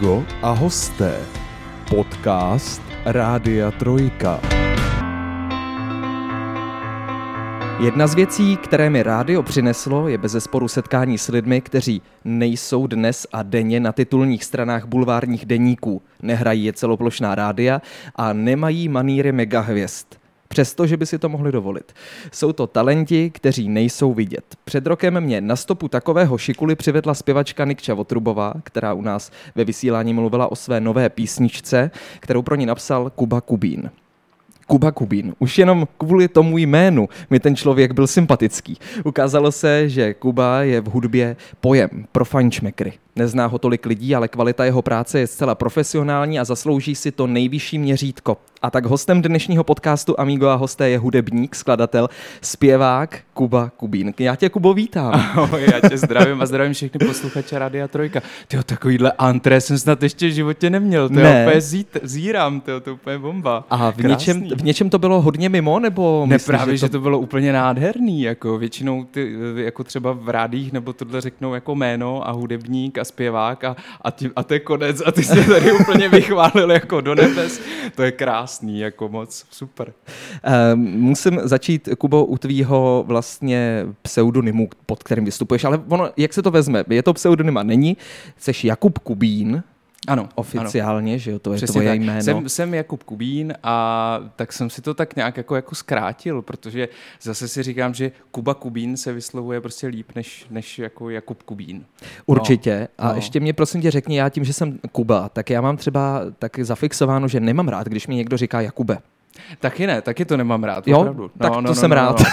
Amigo a hosté. Podcast Rádia Trojka. Jedna z věcí, které mi rádio přineslo, je bezesporu setkání s lidmi, kteří nejsou dnes a denně na titulních stranách bulvárních deníků, nehrají je celoplošná rádia a nemají manýry megahvězd. Přestože by si to mohli dovolit. Jsou to talenti, kteří nejsou vidět. Před rokem mě na stopu takového šikuli přivedla zpěvačka Nikča Votrubová, která u nás ve vysílání mluvila o své nové písničce, kterou pro ní napsal Kuba Kubín. Kuba Kubín. Už jenom kvůli tomu jménu mi ten člověk byl sympatický. Ukázalo se, že Kuba je v hudbě pojem pro fajnšmekry. Nezná ho tolik lidí, ale kvalita jeho práce je zcela profesionální a zaslouží si to nejvyšší měřítko. A tak hostem dnešního podcastu Amigo a hosté je hudebník, skladatel, zpěvák Kuba Kubín. Já tě, Kubo, vítám. Ahoj, já tě zdravím a zdravím všechny posluchače Rádia Trojka. Tyjo, takovýhle antré jsem snad ještě v životě neměl. To je úplně zírám, to je úplně bomba. A v něčem to bylo hodně mimo, nebo ne, myslíš, právě, že to bylo úplně nádherný, jako většinou ty, jako třeba v rádích, nebo tohle řeknou jako jméno a hudebník a zpěvák a to je konec a ty jsi tady úplně vychválil jako do nebes. To je krásný, jako moc super. Musím začít, Kubo, u tvýho vlastně pseudonymu, pod kterým vystupuješ, ale ono, jak se to vezme? Je to pseudonyma? Není? Jseš Jakub Kubín? Ano. Oficiálně, ano. že jo, to je přesně tvoje tak. jméno. Jsem Jakub Kubín a tak jsem si to tak nějak jako zkrátil, protože zase si říkám, že Kuba Kubín se vyslovuje prostě líp než jako Jakub Kubín. Určitě. A ještě mě prosím tě řekni, já tím, že jsem Kuba, tak já mám třeba tak zafixováno, že nemám rád, když mi někdo říká Jakube. Taky ne, taky to nemám rád, jo? opravdu. Tak to jsem rád.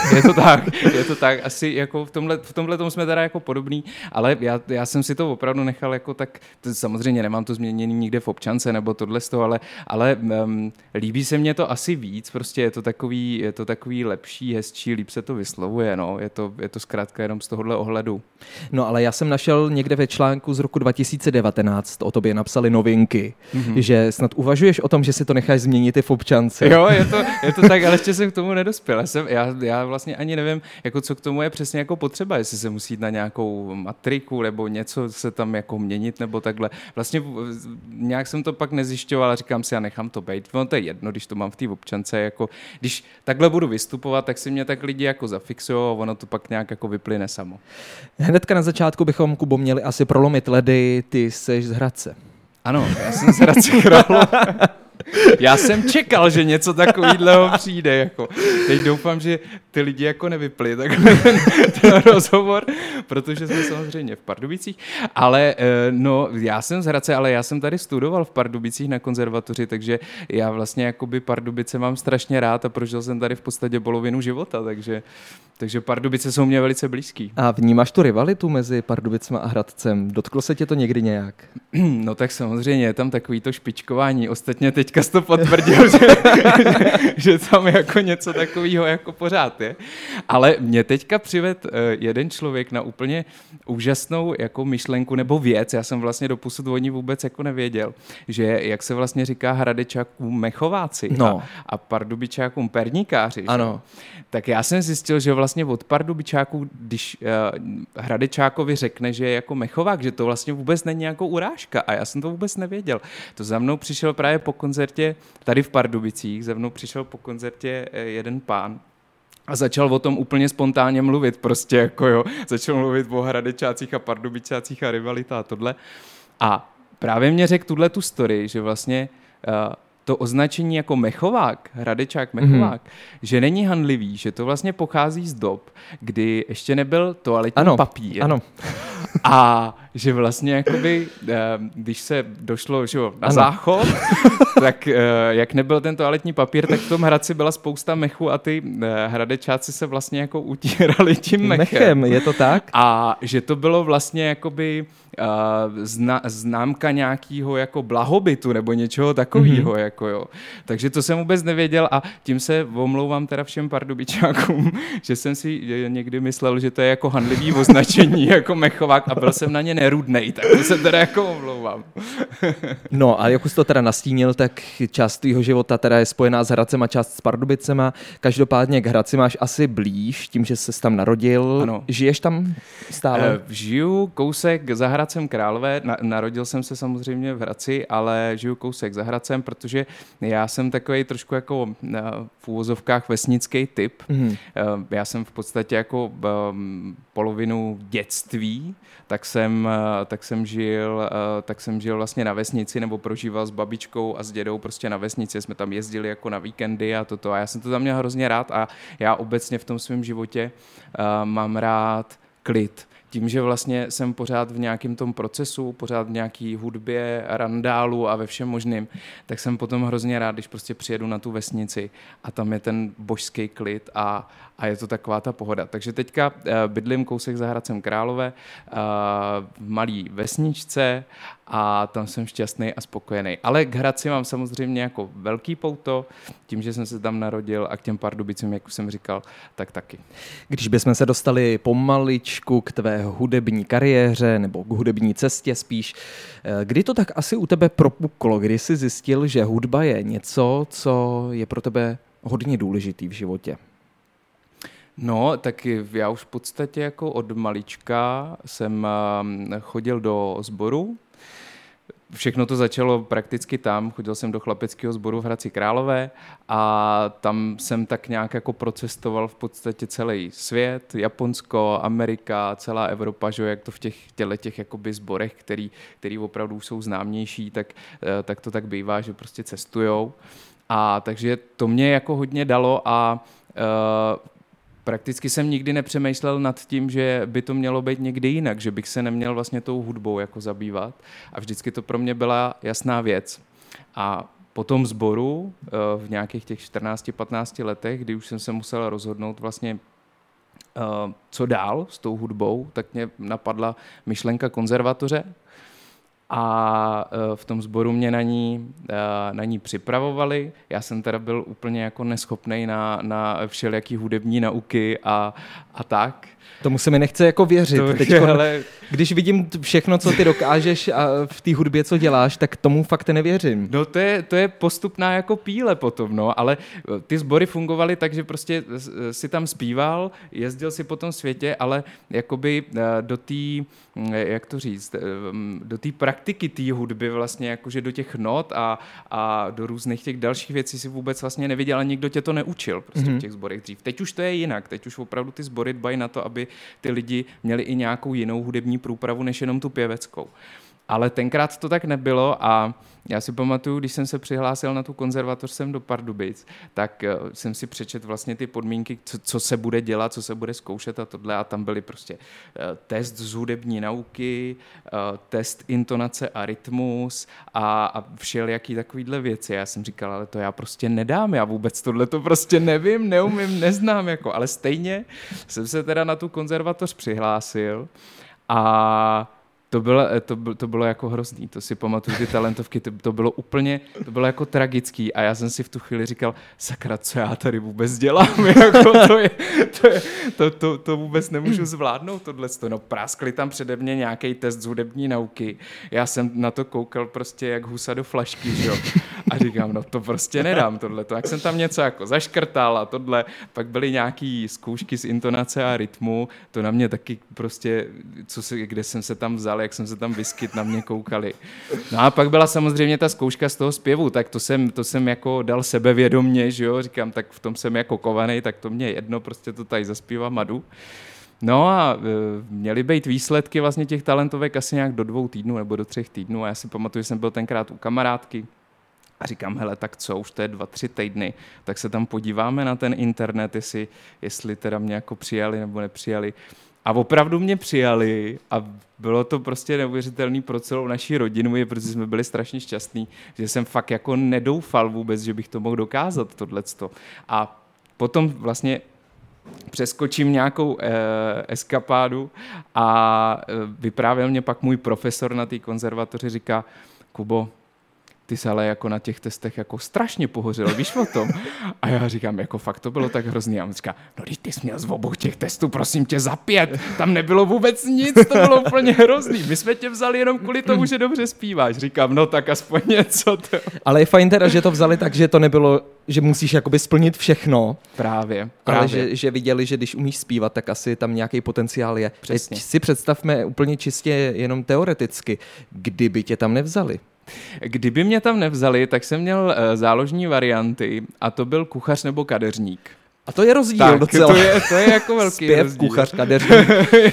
Je to tak, asi jako v tomhle tomu jsme teda jako podobný, ale já jsem si to opravdu nechal jako tak, samozřejmě nemám to změněný nikde v občance nebo tohle z toho, ale líbí se mně to asi víc, prostě je to takový lepší, hezčí, líp se to vyslovuje, no, je to zkrátka jenom z tohohle ohledu. No, ale já jsem našel někde ve článku z roku 2019, o tobě napsali Novinky, že snad uvažuješ o tom, že si to necháš změnit i v občance. Jo, je to tak, ale ještě jsem k tomu nedospěl. Já vlastně ani nevím, jako co k tomu je přesně jako potřeba, jestli se musí jít na nějakou matriku nebo něco se tam jako měnit nebo takhle. Vlastně nějak jsem to pak nezjišťoval a říkám si, já nechám to bejt. No to je jedno, když to mám v té občance, jako když takhle budu vystupovat, tak si mě tak lidi jako zafixujou a ono to pak nějak jako vyplyne samo. Hnedka na začátku bychom, Kubo, měli asi prolomit ledy, ty seš z Hradce. Ano, já jsem z Hradce Králové. Já jsem čekal, že něco takového přijde. Jako. Teď doufám, že ty lidi jako nevypli ten rozhovor, protože jsme samozřejmě v Pardubicích. Ale no, já jsem z Hradce, ale já jsem tady studoval v Pardubicích na konzervatoři, takže já vlastně jakoby Pardubice mám strašně rád a prožil jsem tady v podstatě polovinu života, takže Pardubice jsou mě velice blízký. A vnímáš tu rivalitu mezi Pardubicema a Hradcem? Dotklo se tě to někdy nějak? No tak samozřejmě, je tam takový to špičkování. Ostatně teďka jsi to potvrdil, že tam jako něco takového jako pořád je. Ale mě teďka přived jeden člověk na úplně úžasnou jako myšlenku nebo věc. Já jsem vlastně doposud o ní vůbec jako nevěděl, že jak se vlastně říká Hradečákům mechováci a Pardubičákům perníkáři. Ano. Tak já jsem zjistil, že vlastně od Pardubičáků, když Hradečákovi řekne, že je jako mechovák, že to vlastně vůbec není jako urážka a já jsem to vůbec nevěděl. To za mnou přišel právě po koncertě tady v Pardubicích, za mnou přišel po koncertě jeden pán a začal o tom úplně spontánně mluvit, prostě jako jo, začal mluvit o Hradečácích a Pardubičácích a rivalita a tohle. A právě mě řekl tu story, že vlastně to označení jako mechovák, Hradečák mechovák, že není hanlivý, že to vlastně pochází z dob, kdy ještě nebyl toaletní papír. Ano. A že vlastně jakoby, když se došlo na záchod, tak jak nebyl ten toaletní papír, tak v tom Hradci byla spousta mechu a ty Hradečáci se vlastně jako utírali tím mechem. Je to tak? A že to bylo vlastně jakoby známka nějakého jako blahobytu nebo něčeho takového. Jako jo. Takže to jsem vůbec nevěděl a tím se omlouvám teda všem Pardubičákům, že jsem si někdy myslel, že to je jako hanlivý označení jako mechovák a byl jsem na ně nerudnej, tak to se teda jako omlouvám. No a jak už to teda nastínil, tak část tvýho života teda je spojená s Hradcem a část s Pardubicema. Každopádně k Hradci máš asi blíž, tím, že ses tam narodil. Ano. Žiješ tam stále? Žiju kousek za Hradcem Králové. Narodil jsem se samozřejmě v Hradci, ale žiju kousek za Hradcem, protože já jsem takový trošku jako v úvozovkách vesnický typ. Já jsem v podstatě jako polovinu dětství, tak jsem žil vlastně na vesnici, nebo prožíval s babičkou a s dědou prostě na vesnici. Jsme tam jezdili jako na víkendy a toto. A já jsem to tam měl hrozně rád a já obecně v tom svém životě mám rád klid. Tím, že vlastně jsem pořád v nějakém tom procesu, pořád v nějaký hudbě, randálu a ve všem možným, tak jsem potom hrozně rád, když prostě přijedu na tu vesnici a tam je ten božský klid a je to taková ta pohoda. Takže teďka bydlím kousek za Hradcem Králové v malý vesničce a tam jsem šťastný a spokojený. Ale k Hradci mám samozřejmě jako velký pouto, tím, že jsem se tam narodil a k těm Pardubicím, jak už jsem říkal, tak taky. Když bychom se dostali pomaličku k tvé hudební kariéře nebo k hudební cestě spíš, kdy to tak asi u tebe propuklo, kdy jsi zjistil, že hudba je něco, co je pro tebe hodně důležitý v životě? No, tak já už v podstatě jako od malička jsem chodil do sboru. Všechno to začalo prakticky tam, chodil jsem do chlapeckého sboru v Hradci Králové a tam jsem tak nějak jako procestoval v podstatě celý svět, Japonsko, Amerika, celá Evropa, že jak to v těch jakoby sborech, který opravdu jsou známější, tak to tak bývá, že prostě cestujou. A takže to mě jako hodně dalo a prakticky jsem nikdy nepřemýšlel nad tím, že by to mělo být někdy jinak, že bych se neměl vlastně tou hudbou jako zabývat. A vždycky to pro mě byla jasná věc. A po tom sboru v nějakých těch 14-15 letech, kdy už jsem se musel rozhodnout vlastně co dál s tou hudbou, tak mě napadla myšlenka konzervatoře. A v tom sboru mě na ní připravovali. Já jsem teda byl úplně jako neschopnej na všelijaký hudební nauky a tak. Tomu se mi nechce jako věřit. Když vidím všechno, co ty dokážeš a v té hudbě, co děláš, tak tomu fakt nevěřím. No to je postupná jako píle potom, no, ale ty sbory fungovaly tak, že prostě si tam zpíval, jezdil si po tom světě, ale jakoby do té, jak to říct, do té praktiky té hudby vlastně, jakože do těch not a do různých těch dalších věcí si vůbec vlastně neviděl a nikdo tě to neučil prostě v těch sborech dřív. Teď už to je jinak, teď už opravdu ty sbory dbají na to, aby ty lidi měli i nějakou jinou hudební průpravu, než jenom tu pěveckou. Ale tenkrát to tak nebylo a já si pamatuju, když jsem se přihlásil na tu konzervatoř sem do Pardubic, tak jsem si přečetl vlastně ty podmínky, co se bude dělat, co se bude zkoušet a tohle a tam byly prostě test z hudební nauky, test intonace a rytmus a všelijaký takovýhle věci. Já jsem říkal, ale to já prostě nedám, já vůbec tohle to prostě nevím, neumím, neznám, jako, ale stejně jsem se teda na tu konzervatoř přihlásil a to bylo jako hrozný, to si pamatuju, ty talentovky, to bylo jako tragický a já jsem si v tu chvíli říkal, sakra, co já tady vůbec dělám, jako to vůbec nemůžu zvládnout tohleto, no práskli tam přede mě nějaký test z hudební nauky, já jsem na to koukal prostě jak husa do flašky, že jo, a říkám, no to prostě nedám tohleto, jak jsem tam něco jako zaškrtal a tohle, pak byly nějaký zkoušky z intonace a rytmu, to na mě taky prostě, kde jsem se tam vzal, jak jsem se tam vyskyt, na mě koukali. No a pak byla samozřejmě ta zkouška z toho zpěvu, tak to jsem jako dal sebevědomně, že jo, říkám, tak v tom jsem jako kovanej, tak to mě jedno, prostě to tady zaspívám a jdu. No a měly být výsledky vlastně těch talentovek asi nějak do 2 týdnů nebo do 3 týdnů a já si pamatuju, že jsem byl tenkrát u kamarádky a říkám, hele, tak co, už to je 2-3 týdny, tak se tam podíváme na ten internet, jestli teda mě jako přijali nebo nepřijali. A opravdu mě přijali a bylo to prostě neuvěřitelný pro celou naši rodinu, protože jsme byli strašně šťastní, že jsem fakt jako nedoufal vůbec, že bych to mohl dokázat, tohleto. A potom vlastně přeskočím nějakou eskapádu a vyprávěl mě pak můj profesor na té konzervatoři, říká, Kubo, ty jsi ale jako na těch testech jako strašně pohořel, víš o tom? A já říkám, jako fakt to bylo tak hrozný. A on říká, no když ty jsi měl z obou těch testů, prosím tě, za 5, tam nebylo vůbec nic, to bylo úplně hrozný. My jsme tě vzali jenom kvůli tomu, že dobře zpíváš. Říkám, no tak aspoň něco. Ale je fajn teda, že to vzali tak, že to nebylo, že musíš jakoby splnit všechno. Právě. Ale že viděli, že když umíš zpívat, tak asi tam nějaký potenciál je. Přesně. Teď si představme úplně čistě jenom teoreticky, kdyby tě tam nevzali. Kdyby mě tam nevzali, tak jsem měl záložní varianty a to byl kuchař nebo kadeřník. A to je rozdíl tak, docela. To je jako velký Zpěv, rozdíl. kuchař, kadeřník.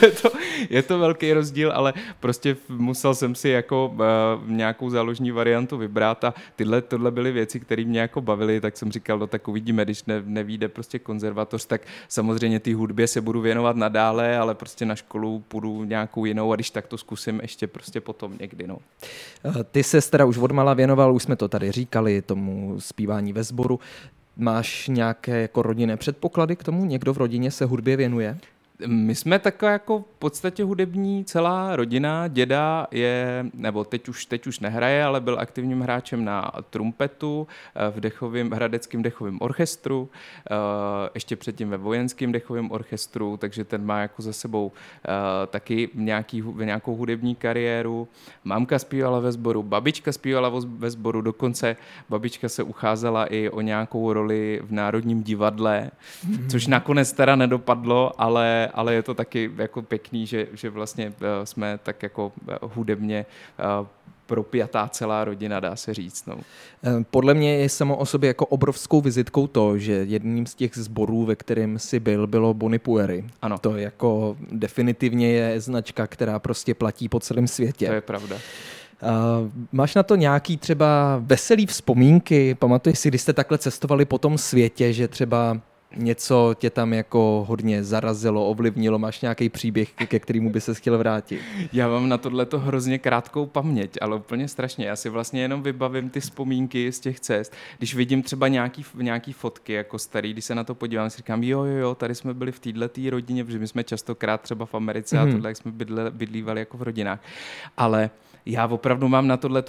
je to velký rozdíl, ale prostě musel jsem si jako nějakou záložní variantu vybrat a tohle byly věci, které mě jako bavily, tak jsem říkal, no tak uvidíme, když nevyjde prostě konzervatoř, tak samozřejmě té hudbě se budu věnovat nadále, ale prostě na školu půjdu nějakou jinou a když tak to zkusím ještě prostě potom někdy, no. Ty ses teda už odmala věnoval, už jsme to tady říkali, tomu zpívání ve sboru. Máš nějaké jako rodinné předpoklady k tomu? Někdo v rodině se hudbě věnuje? My jsme taková jako v podstatě hudební celá rodina. Děda je, nebo teď už nehraje, ale byl aktivním hráčem na trumpetu v hradeckém dechovém orchestru, ještě předtím ve vojenském dechovém orchestru, takže ten má jako za sebou taky nějakou hudební kariéru. Mámka zpívala ve sboru, babička zpívala ve sboru, dokonce babička se ucházela i o nějakou roli v Národním divadle, což nakonec teda nedopadlo, ale je to taky jako pěkný, že vlastně jsme tak jako hudebně propjatá celá rodina, dá se říct. No. Podle mě je samo o sobě jako obrovskou vizitkou to, že jedním z těch sborů, ve kterém jsi bylo Bonipuery. Ano. To jako definitivně je značka, která prostě platí po celém světě. To je pravda. Máš na to nějaký třeba veselý vzpomínky? Pamatuješ si, když jste takhle cestovali po tom světě, že třeba něco tě tam jako hodně zarazilo, ovlivnilo, máš nějaký příběh, ke kterému by se chtěl vrátit? Já mám na tohleto hrozně krátkou paměť, ale úplně strašně. Já si vlastně jenom vybavím ty vzpomínky z těch cest. Když vidím třeba nějaký fotky jako starý, když se na to podívám, si říkám, jo, tady jsme byli v této rodině, protože my jsme častokrát třeba v Americe a tohle, jak jsme bydlívali jako v rodinách. Ale já opravdu mám na tohleto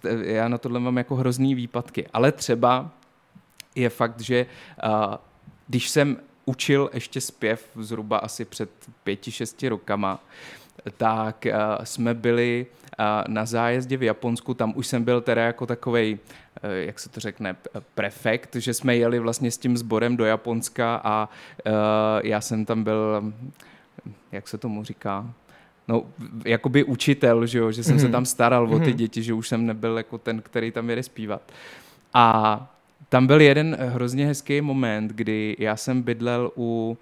mám jako hrozný výpadky. Ale třeba je fakt, že když jsem učil ještě zpěv zhruba asi před 5-6 rokama, tak jsme byli na zájezdě v Japonsku, tam už jsem byl teda jako takovej, jak se to řekne, prefekt, že jsme jeli vlastně s tím sborem do Japonska a já jsem tam byl, jak se tomu říká, no, jakoby učitel, že jsem se tam staral o ty děti, že už jsem nebyl jako ten, který tam jede zpívat. A tam byl jeden hrozně hezký moment, kdy já jsem bydlel u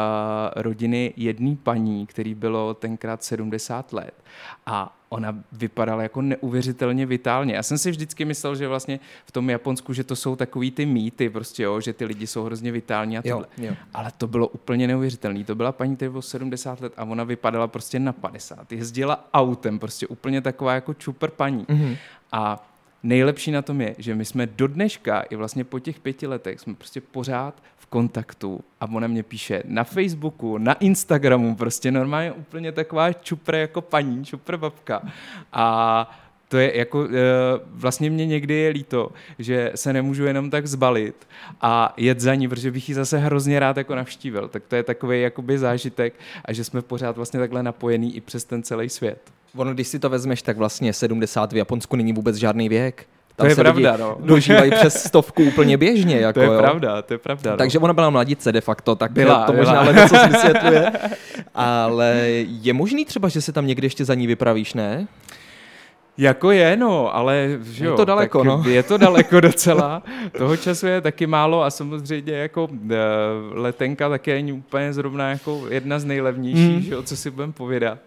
rodiny jedné paní, který bylo tenkrát 70 let a ona vypadala jako neuvěřitelně vitálně. Já jsem si vždycky myslel, že vlastně v tom Japonsku, že to jsou takový ty mýty, prostě jo, že ty lidi jsou hrozně vitální a tohle. Jo. Ale to bylo úplně neuvěřitelné. To byla paní, která bylo 70 let a ona vypadala prostě na 50. Jezdila autem, prostě úplně taková jako čupr paní. Mm-hmm. A nejlepší na tom je, že my jsme do dneška i vlastně po těch 5 letech jsme prostě pořád v kontaktu a ona mě píše na Facebooku, na Instagramu, prostě normálně úplně taková čupr jako paní, čupr babka. A to je jako, vlastně mě někdy je líto, že se nemůžu jenom tak zbalit a jet za ní, protože bych ji zase hrozně rád jako navštívil. Tak to je takový jakoby zážitek a že jsme pořád vlastně takhle napojení i přes ten celý svět. Ono, když si to vezmeš, tak vlastně 70 v Japonsku není vůbec žádný věk. Tam to je se pravda, no. Dožívají přes 100 úplně běžně. Jako, to je pravda. No. Takže ona byla mladice de facto, tak byla. Možná ale něco vysvětluje. Ale je možný třeba, že se tam někdy ještě za ní vypravíš, ne? Jako je, no, ale že jo, je to daleko, no. Je to daleko docela. Toho času je taky málo a samozřejmě jako letenka taky není úplně zrovna jako jedna z nejlevnějších, že jo, co si budeme povědat.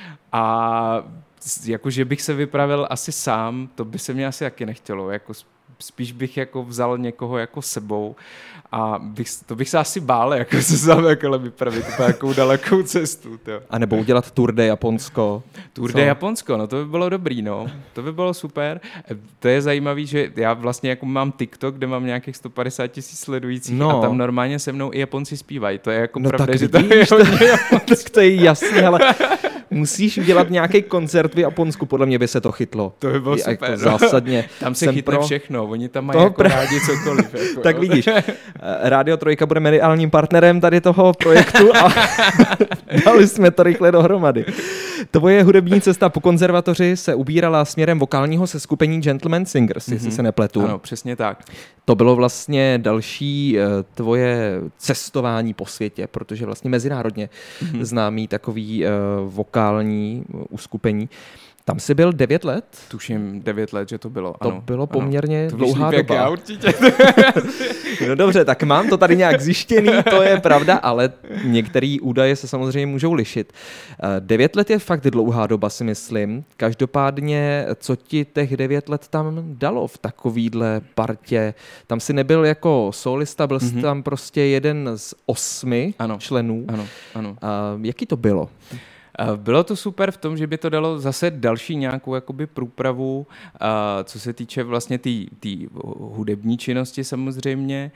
A jakože bych se vypravil asi sám, to by se mě asi taky nechtělo, jako spíš bych jako vzal někoho jako sebou a to bych se asi bál, jako se sám jako vypravit nějakou dalekou cestu. To. A nebo udělat Tour de Japonsko. Tour de Japonsko, no to by bylo dobrý, no. To by bylo super. To je zajímavý, že já vlastně jako mám TikTok, kde mám nějakých 150 000 sledujících a tam normálně se mnou i Japonci zpívají. To je jako pravda, že to je hodně tak to je jasný, ale musíš udělat nějaký koncert v Japonsku, podle mě by se to chytlo. To by bylo super. Jako zásadně. Tam se chytne všechno, oni tam mají jako rádi cokoliv. Jako, tak vidíš, Rádio Trojka bude mediálním partnerem tady toho projektu a dali jsme to rychle dohromady. Tvoje hudební cesta po konzervatoři se ubírala směrem vokálního seskupení Gentleman Singers, jestli se nepletu. Ano, přesně tak. To bylo vlastně další tvoje cestování po světě, protože vlastně mezinárodně známý takový vokální uskupení. Tam jsi byl 9 let? Tuším 9 let, že to bylo. To ano, bylo poměrně to dlouhá líp, doba. Já určitě. No dobře, tak mám to tady nějak zjištěný, to je pravda, ale některé údaje se samozřejmě můžou lišit. 9 let je fakt dlouhá doba, si myslím. Každopádně, co ti těch 9 let tam dalo v takovýhle partě? Tam si nebyl jako solista, byl jsi tam prostě jeden z 8 členů. Ano. Jaký to bylo? Bylo to super v tom, že by to dalo zase další nějakou jakoby průpravu, co se týče vlastně té hudební činnosti samozřejmě.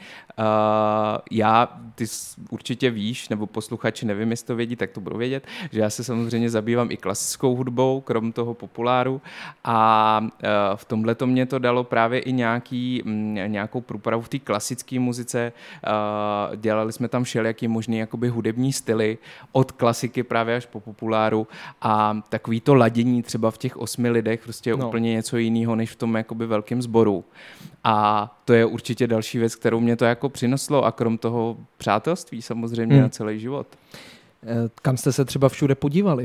Ty určitě víš, nebo posluchači, nevím, jestli to vědí, tak to budou vědět, že já se samozřejmě zabývám i klasickou hudbou, krom toho populáru a v tomhle to mě to dalo právě i nějakou průpravu v té klasické muzice. Dělali jsme tam všelijaký možný jakoby hudební styly, od klasiky právě až po populáru a takový to ladění třeba v těch 8 lidech prostě je úplně něco jiného, než v tom jakoby velkém sboru. A to je určitě další věc, kterou mě to jako přineslo a krom toho přátelství samozřejmě na celý život. Kam jste se třeba všude podívali?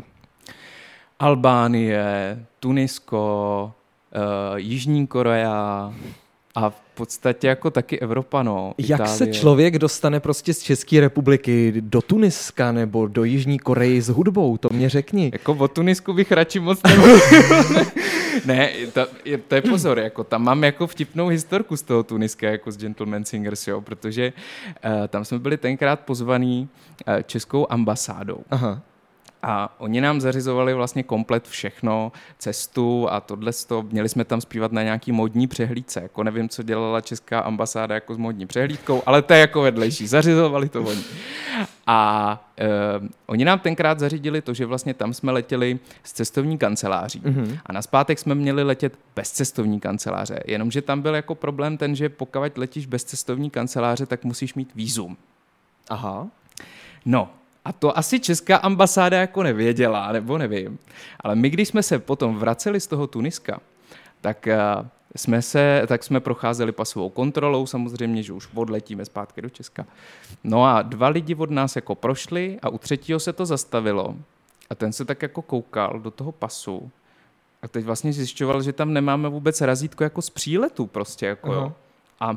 Albánie, Tunisko, Jižní Korea a v podstatě jako taky Evropa, no. Jak Itálie. se člověk dostane prostě z České republiky do Tuniska nebo do Jižní Koreji s hudbou? To mě řekni. Jako o Tunisku bych radši moc nemluvil. Ne, to je pozor, jako tam mám jako vtipnou historku z toho Tuniska, jako z Gentleman Singers, jo, protože tam jsme byli tenkrát pozvaní českou ambasádou. Aha. A oni nám zařizovali vlastně komplet všechno, cestu a tohleto. Měli jsme tam zpívat na nějaký módní přehlídce. Jako nevím, co dělala česká ambasáda jako s módní přehlídkou, ale to je jako vedlejší. Zařizovali to oni. A oni nám tenkrát zařídili to, že vlastně tam jsme letěli s cestovní kanceláří. A nazpátek jsme měli letět bez cestovní kanceláře. Jenomže tam byl jako problém ten, že pokud letíš bez cestovní kanceláře, tak musíš mít vízum. Aha. No. A to asi česká ambasáda jako nevěděla, nebo nevím. Ale my, když jsme se potom vraceli z toho Tuniska, tak jsme procházeli pasovou kontrolou, samozřejmě, že už odletíme zpátky do Česka. No a 2 lidi od nás jako prošli a u 3. se to zastavilo. A ten se tak jako koukal do toho pasu a teď vlastně zjišťoval, že tam nemáme vůbec razítko jako z příletu prostě. Jako, jo. A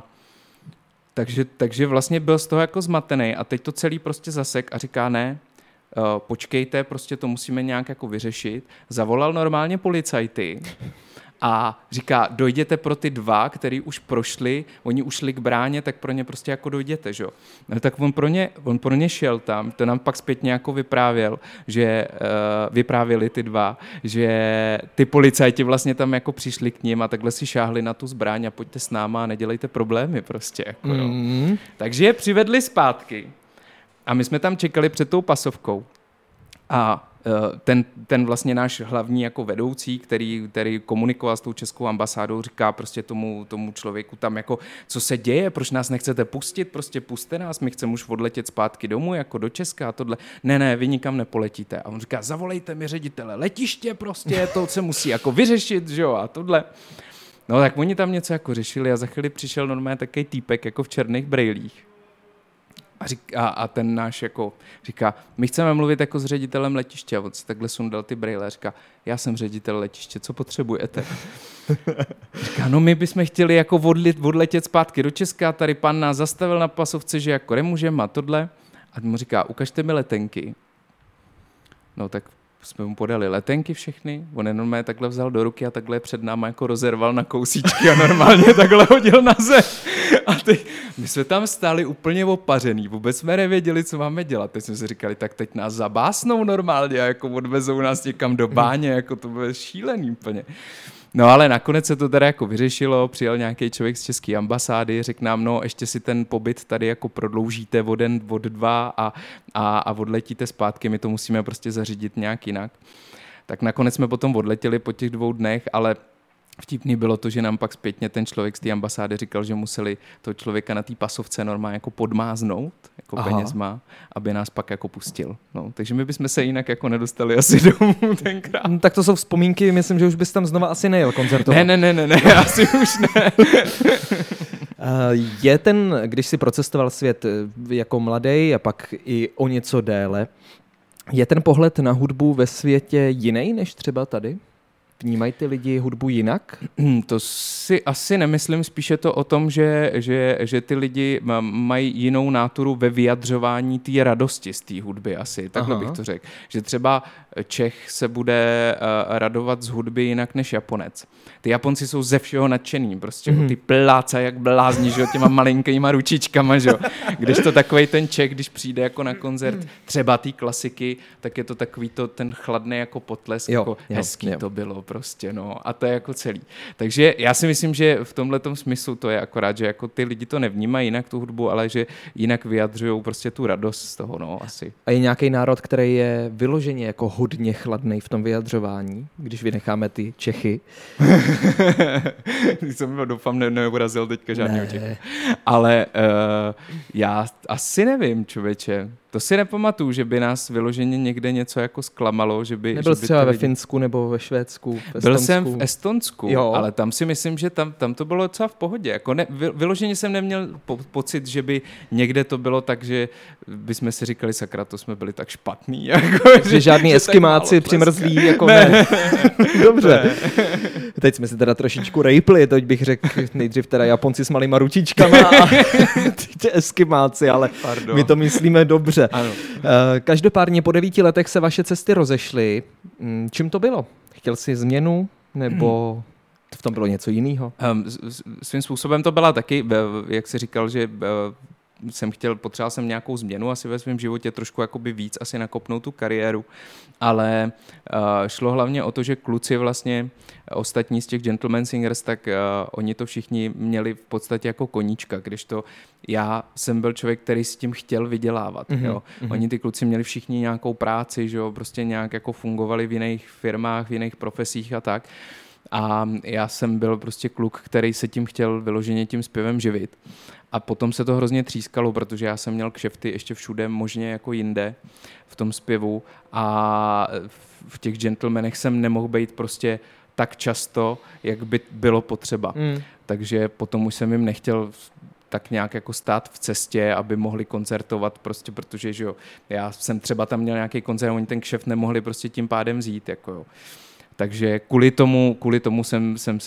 takže vlastně byl z toho jako zmatený a teď to celý prostě zasek a říká ne, počkejte, prostě to musíme nějak jako vyřešit. Zavolal normálně policajty a říká, dojděte pro ty 2, který už prošli, oni už šli k bráně, tak pro ně prostě jako dojděte, že jo. No, tak on pro ně šel tam, to nám pak zpětně jako vyprávěl, že vyprávěli ty 2, že ty policajti vlastně tam jako přišli k ním a takhle si šáhli na tu zbraň a pojďte s náma a nedělejte problémy prostě, jako jo. Takže je přivedli zpátky a my jsme tam čekali před tou pasovkou a ten vlastně náš hlavní jako vedoucí, který komunikoval s tou českou ambasádou, říká prostě tomu člověku tam jako, co se děje, proč nás nechcete pustit, prostě puste nás, my chceme už odletět zpátky domů, jako do Česka a tohle. Ne, vy nikam nepoletíte. A on říká, zavolejte mi ředitele letiště prostě, to se musí jako vyřešit, že jo, a tohle. No tak oni tam něco jako řešili a za chvíli přišel normálně takový týpek jako v černých brejlích. A ten náš jako říká, my chceme mluvit jako s ředitelem letiště. A on si takhle sundal ty brejle a říká, já jsem ředitel letiště, co potřebujete? Říká, no my bychom chtěli jako odletět zpátky do Česka, tady pan nás zastavil na pasovce, že jako nemůžeme a tohle. A mu říká, ukažte mi letenky. No tak jsme mu podali letenky všechny, on je normálně takhle vzal do ruky a takhle před náma jako rozerval na kousíčky a normálně takhle hodil na zem. A my jsme tam stáli úplně opařený, vůbec jsme nevěděli, co máme dělat. Teď jsme si říkali, tak teď nás zabásnou normálně a jako odvezou nás někam do báně, jako to bude šílený úplně. No ale nakonec se to teda jako vyřešilo, přijel nějaký člověk z české ambasády, řekl nám, no ještě si ten pobyt tady jako prodloužíte o den, od 2 a odletíte zpátky, my to musíme prostě zařídit nějak jinak. Tak nakonec jsme potom odletěli po těch 2 dnech, ale vtipný bylo to, že nám pak zpětně ten člověk z té ambasády říkal, že museli toho člověka na té pasovce normálně jako podmáznout, jako penězma, aby nás pak jako pustil. No, takže my bychom se jinak jako nedostali asi domů tenkrát. No, tak to jsou vzpomínky, myslím, že už bys tam znova asi nejel koncertovat. Ne, asi už ne. Je když si procestoval svět jako mladý a pak i o něco déle, je ten pohled na hudbu ve světě jiný než třeba tady? Vnímají ty lidi hudbu jinak? To si asi nemyslím, spíše to o tom, že ty lidi mají jinou náturu ve vyjadřování té radosti z té hudby asi, takhle bych to řekl. Že třeba Čech se bude radovat z hudby jinak než Japonec. Ty Japonci jsou ze všeho nadšený, prostě ty plácají jak blázni, že jo, těma malinkýma ručičkama, že jo. Kdežto takovej ten Čech, když přijde jako na koncert třeba té klasiky, tak je to takový ten chladný jako potlesk, jako hezký to bylo prostě, no, a to je jako celý. Takže já si myslím, že v tomhletom smyslu to je akorát, že jako ty lidi to nevnímají jinak tu hudbu, ale že jinak vyjadřují prostě tu radost z toho, no, asi. A je nějaký národ, který je vyloženě jako hodně chladnej v tom vyjadřování, když vynecháme ty Čechy? Jsem doufám neurazil teďka žádného Čecha. Ale já asi nevím, člověče. To si nepamatuju, že by nás vyloženě někde něco jako zklamalo, že by... Nebyl že by třeba ve Finsku nebo ve Švédsku, v Estonsku? Byl jsem v Estonsku, jo. Ale tam si myslím, že tam to bylo docela v pohodě. Jako vyloženě jsem neměl pocit, že by někde to bylo tak, že bychom si říkali, sakra, to jsme byli tak špatný. Jako, že žádný eskimáci přimrzlí, jako ne. Dobře. Teď jsme si teda trošičku rejpli, teď bych řekl nejdřív teda Japonci s malýma ručičkama a ty eskimáci, ale my to myslíme dobře. Ano. Každopádně po 9 letech se vaše cesty rozešly. Čím to bylo? Chtěl jsi změnu nebo v tom bylo něco jiného? Svým způsobem to byla taky, jak jsi říkal, že potřeboval jsem nějakou změnu asi ve svém životě, trošku jakoby víc asi nakopnout tu kariéru, ale šlo hlavně o to, že kluci vlastně ostatní z těch Gentleman Singers, tak oni to všichni měli v podstatě jako koníčka, kdežto já jsem byl člověk, který s tím chtěl vydělávat. Jo. Oni ty kluci měli všichni nějakou práci, že jo, prostě nějak jako fungovali v jiných firmách, v jiných profesích a tak. A já jsem byl prostě kluk, který se tím chtěl vyloženě tím zpěvem živit. A potom se to hrozně třískalo, protože já jsem měl kšefty ještě všude možně jako jinde v tom zpěvu a v těch Gentlemanech jsem nemohl být prostě tak často, jak by bylo potřeba. Takže potom už jsem jim nechtěl tak nějak jako stát v cestě, aby mohli koncertovat prostě, protože že jo, já jsem třeba tam měl nějaký koncert, oni ten kšeft nemohli prostě tím pádem vzít, jako jo. Takže kvůli tomu jsem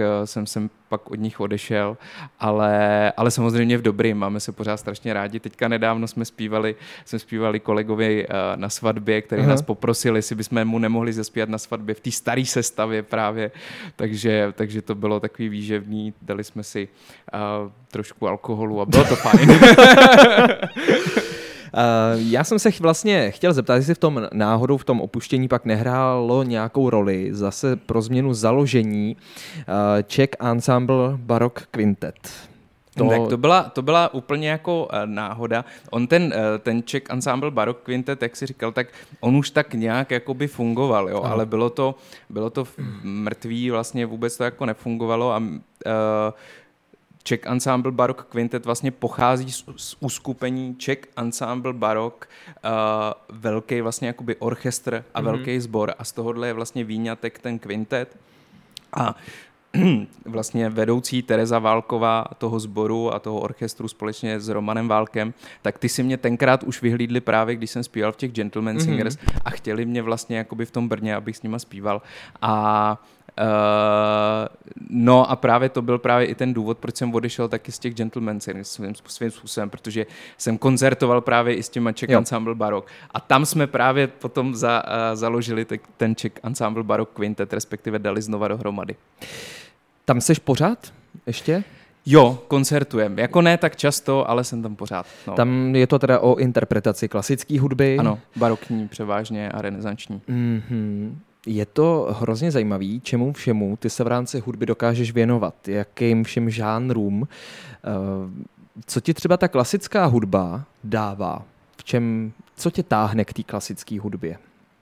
pak od nich odešel, ale samozřejmě v dobrým, máme se pořád strašně rádi. Teďka nedávno jsme zpívali kolegovi na svatbě, který nás poprosili, jestli bychom mu nemohli zaspívat na svatbě v té staré sestavě právě, takže to bylo takový výživný, dali jsme si trošku alkoholu a bylo to fajn. Já jsem se vlastně chtěl zeptat, jestli v tom náhodou, v tom opuštění pak nehrálo nějakou roli zase pro změnu založení Czech Ensemble Baroque Quintet. Tak to byla úplně jako náhoda. On ten Czech Ensemble Baroque Quintet, jak jsi říkal, tak on už tak nějak jakoby fungoval, jo, ale bylo to mrtvý, vlastně vůbec to jako nefungovalo a Czech Ensemble Baroque Quintet vlastně pochází z uskupení Czech Ensemble Baroque, velký vlastně jakoby orchestr a velký sbor a z tohohle je vlastně výňatek ten kvintet a vlastně vedoucí Tereza Válková toho sboru a toho orchestru společně s Romanem Válkem, tak ty si mě tenkrát už vyhlídli právě, když jsem zpíval v těch Gentleman Singers a chtěli mě vlastně jakoby v tom Brně, abych s nima zpíval no a právě to byl právě i ten důvod, proč jsem odešel taky z těch Gentleman Singers svým způsobem, protože jsem koncertoval právě i s těma Czech Ensemble Baroque a tam jsme právě potom založili ten Czech Ensemble Baroque Quintet, respektive dali znova dohromady. Tam seš pořád ještě? Jo, koncertujem. Jako ne tak často, ale jsem tam pořád. No. Tam je to teda o interpretaci klasické hudby? Ano, barokní převážně a renesanční. Je to hrozně zajímavý, čemu všemu ty se v rámci hudby dokážeš věnovat, jakým všem žánrům. Co ti třeba ta klasická hudba dává? Co tě táhne k té klasické hudbě?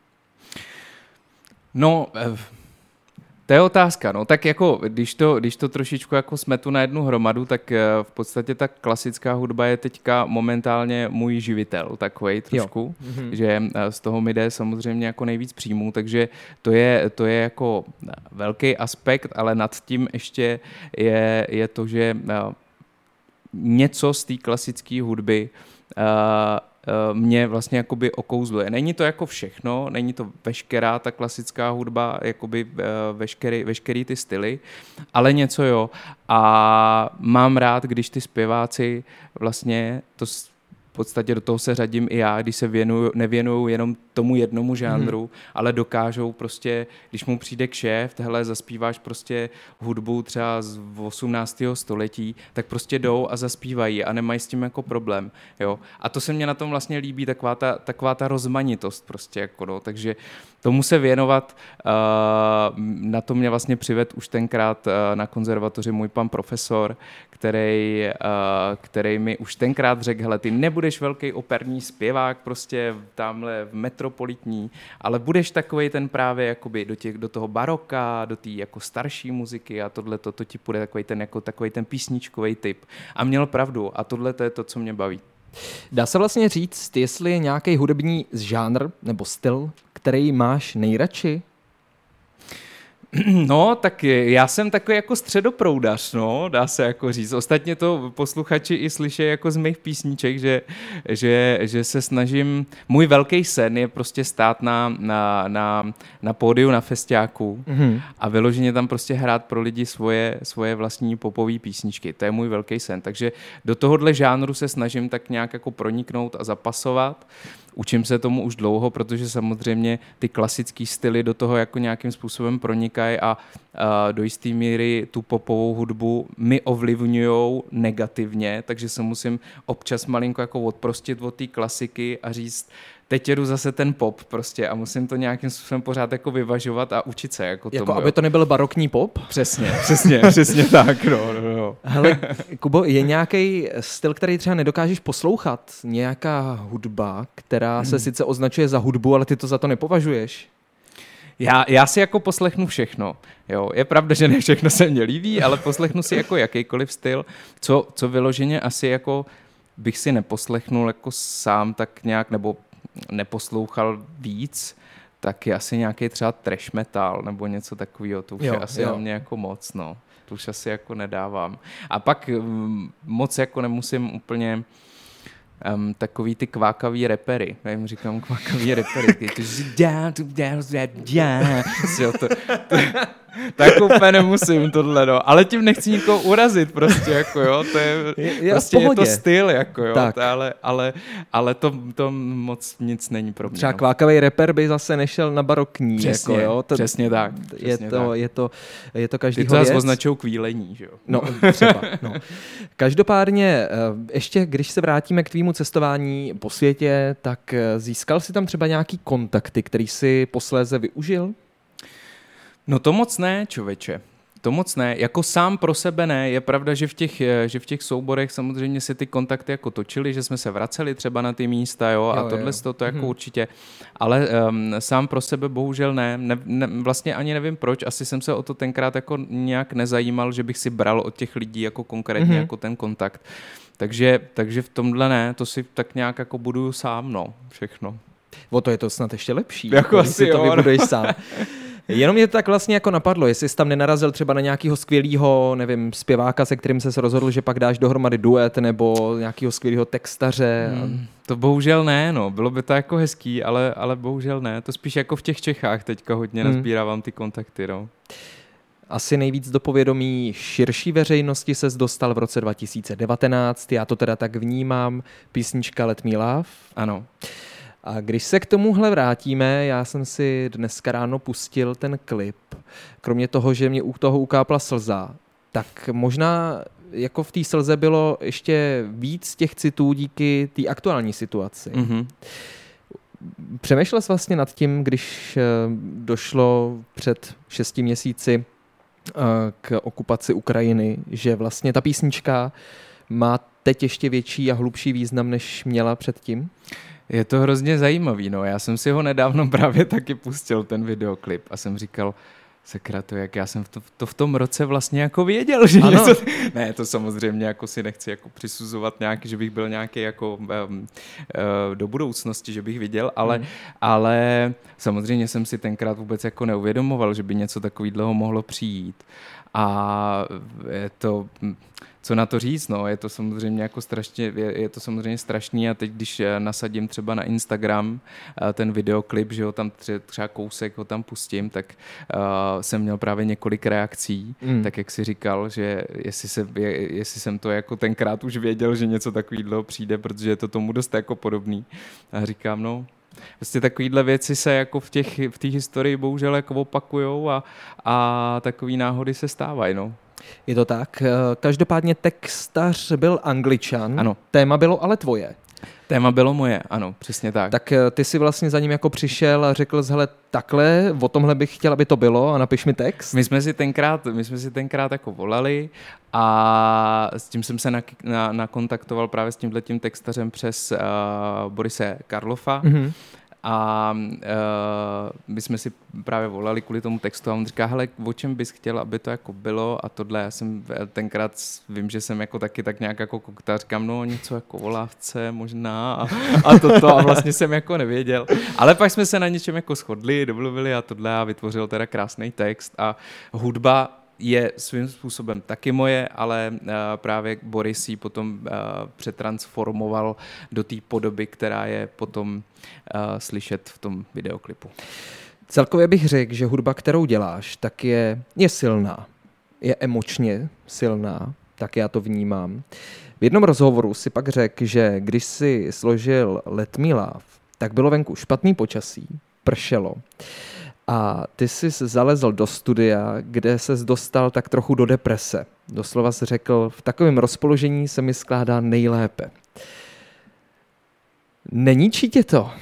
No, to je otázka, no, tak jako, když to trošičku jako smetu na jednu hromadu, tak v podstatě ta klasická hudba je teďka momentálně můj živitel, takovej trošku, že z toho mi jde samozřejmě jako nejvíc příjmů, takže to je jako velký aspekt, ale nad tím ještě je to, že něco z té klasické hudby mě vlastně jakoby okouzluje. Není to jako všechno, není to veškerá ta klasická hudba, jakoby veškerý ty styly, ale něco jo. A mám rád, když ty zpěváci vlastně to v podstatě do toho se řadím i já, když se nevěnuju jenom tomu jednomu žánru, ale dokážou prostě, když mu přijde kšeft, hele, zaspíváš prostě hudbu třeba z 18. století, tak prostě jdou a zaspívají a nemají s tím jako problém, jo. A to se mně na tom vlastně líbí, taková ta rozmanitost prostě, jako no, takže tomu se věnovat, na to mě vlastně přivedl už tenkrát na konzervatoři můj pan profesor, který mi už tenkrát řekl, hele, ty nebudeš velký operní zpěvák prostě tamhle v metropolitní, ale budeš takovej ten právě jakoby do toho baroka, do té jako starší muziky a tohle to ti půjde takovej ten písničkový typ. A měl pravdu a tohle to je to, co mě baví. Dá se vlastně říct, jestli je nějaký hudební žánr nebo styl, který máš nejradši? No, tak já jsem takový jako středoproudař, no, dá se jako říct. Ostatně to posluchači i slyší jako z mých písniček, že se snažím, můj velký sen je prostě stát na pódiu na festiáku a vyloženě tam prostě hrát pro lidi svoje vlastní popové písničky. To je můj velký sen, takže do tohohle žánru se snažím tak nějak jako proniknout a zapasovat. Učím se tomu už dlouho, protože samozřejmě ty klasické styly do toho jako nějakým způsobem pronikají a do jisté míry tu popovou hudbu mi ovlivňujou negativně, takže se musím občas malinko jako odprostit od té klasiky a říct, teď jedu zase ten pop prostě a musím to nějakým způsobem pořád jako vyvažovat a učit se jako tomu. Jako aby to nebyl barokní pop? Přesně tak, no. Hele, Kubo, je nějaký styl, který třeba nedokážeš poslouchat? Nějaká hudba, která se sice označuje za hudbu, ale ty to za to nepovažuješ? Já si jako poslechnu všechno. Jo, je pravda, že ne všechno se mně líbí, ale poslechnu si jako jakýkoliv styl, co vyloženě asi jako bych si neposlechnul jako sám tak nějak, nebo neposlouchal víc, tak je asi nějaký třeba trash metal nebo něco takového, to už je asi na mě jako moc, no. To už asi jako nedávám. A pak moc jako nemusím úplně takový ty kvákavý repery. Já jim říkám kvákavý repery. Tak úplně nemusím tohle, no. Ale tím nechci nikoho urazit prostě, jako jo. To je prostě je to styl, jako jo. Ale to moc nic není pro mě. Třeba kvákavý reper by zase nešel na barokní. Přesně, jako, jo. Přesně tak. Je to každýho věc. Ty to zase věc. označují kvílení, že jo. No, třeba. No. Každopádně, ještě když se vrátíme k tvýmu cestování po světě, tak získal jsi tam třeba nějaký kontakty, který jsi posléze využil? No to moc ne, člověče. To moc ne. Jako sám pro sebe ne. Je pravda, že v těch souborech samozřejmě se ty kontakty jako točily, že jsme se vraceli třeba na ty místa, jo, a tohle to jako určitě. Ale sám pro sebe bohužel ne. Vlastně ani nevím proč. Asi jsem se o to tenkrát jako nějak nezajímal, že bych si bral od těch lidí jako konkrétně jako ten kontakt. Takže v tomhle ne. To si tak nějak jako buduju sám, no. Všechno. O to je to snad ještě lepší. Jako asi si to vybuduješ sám. Jenom mě to tak vlastně jako napadlo, jestli jsi tam nenarazil třeba na nějakého skvělého, nevím, zpěváka, se kterým ses rozhodl, že pak dáš dohromady duet, nebo nějakého skvělého textaře. To bohužel ne, no. Bylo by to jako hezký, ale bohužel ne. To spíš jako v těch Čechách teďka hodně nazbírávám ty kontakty, no. Asi nejvíc do povědomí širší veřejnosti ses dostal v roce 2019, já to teda tak vnímám, písnička Let Me Love. Ano. A když se k tomuhle vrátíme, já jsem si dneska ráno pustil ten klip. Kromě toho, že mě u toho ukápla slza, tak možná jako v té slze bylo ještě víc těch citů díky té aktuální situaci. Přemýšlel jsi vlastně nad tím, když došlo před 6 měsíci k okupaci Ukrajiny, že vlastně ta písnička má teď ještě větší a hlubší význam, než měla předtím? Je to hrozně zajímavý, no. Já jsem si ho nedávno právě taky pustil, ten videoklip, a jsem říkal, sakra, to jak já jsem to v tom roce vlastně jako věděl, že ano. něco... Ne, to samozřejmě jako si nechci jako přisuzovat nějaký, že bych byl nějaký jako do budoucnosti, že bych viděl, ale samozřejmě jsem si tenkrát vůbec jako neuvědomoval, že by něco takového mohlo přijít. A je to, co na to říct, no, je to samozřejmě jako strašně, je to samozřejmě strašný, a teď, když nasadím třeba na Instagram ten videoklip, že ho tam třeba kousek ho tam pustím, tak jsem měl právě několik reakcí, tak jak si říkal, že jestli jsem to jako tenkrát už věděl, že něco takového přijde, protože je to tomu dost jako podobný. A říkám, no, vlastně takovýhle věci se jako v té historii bohužel jako opakujou a takový náhody se stávají, no. Je to tak. Každopádně textař byl Angličan. Ano. Téma bylo ale tvoje. Téma bylo moje, ano, přesně tak. Tak ty si vlastně za ním jako přišel a řekl hele, takhle, o tomhle bych chtěl, aby to bylo, a napiš mi text. My jsme si tenkrát jako volali a s tím jsem se nakontaktoval právě s tímhletím textařem přes Borise Karlofa. Mm-hmm. A my jsme si právě volali kvůli tomu textu a on říká, hele, o čem bys chtěl, aby to jako bylo a tohle. Já jsem tenkrát, vím, že jsem jako taky tak nějak jako koktal, říkám, no něco jako Volávce možná a toto a vlastně jsem jako nevěděl. Ale pak jsme se na něčem jako shodli, domluvili a tohle a vytvořil teda krásný text a hudba je svým způsobem taky moje, ale právě Boris ji potom přetransformoval do té podoby, která je potom slyšet v tom videoklipu. Celkově bych řekl, že hudba, kterou děláš, tak je silná. Je emočně silná, tak já to vnímám. V jednom rozhovoru si pak řekl, že když si složil Let Me Love, tak bylo venku špatný počasí, pršelo. A ty jsi zalezl do studia, kde ses dostal tak trochu do deprese. Doslova jsi řekl, v takovém rozpoložení se mi skládá nejlépe. Neníčí tě to?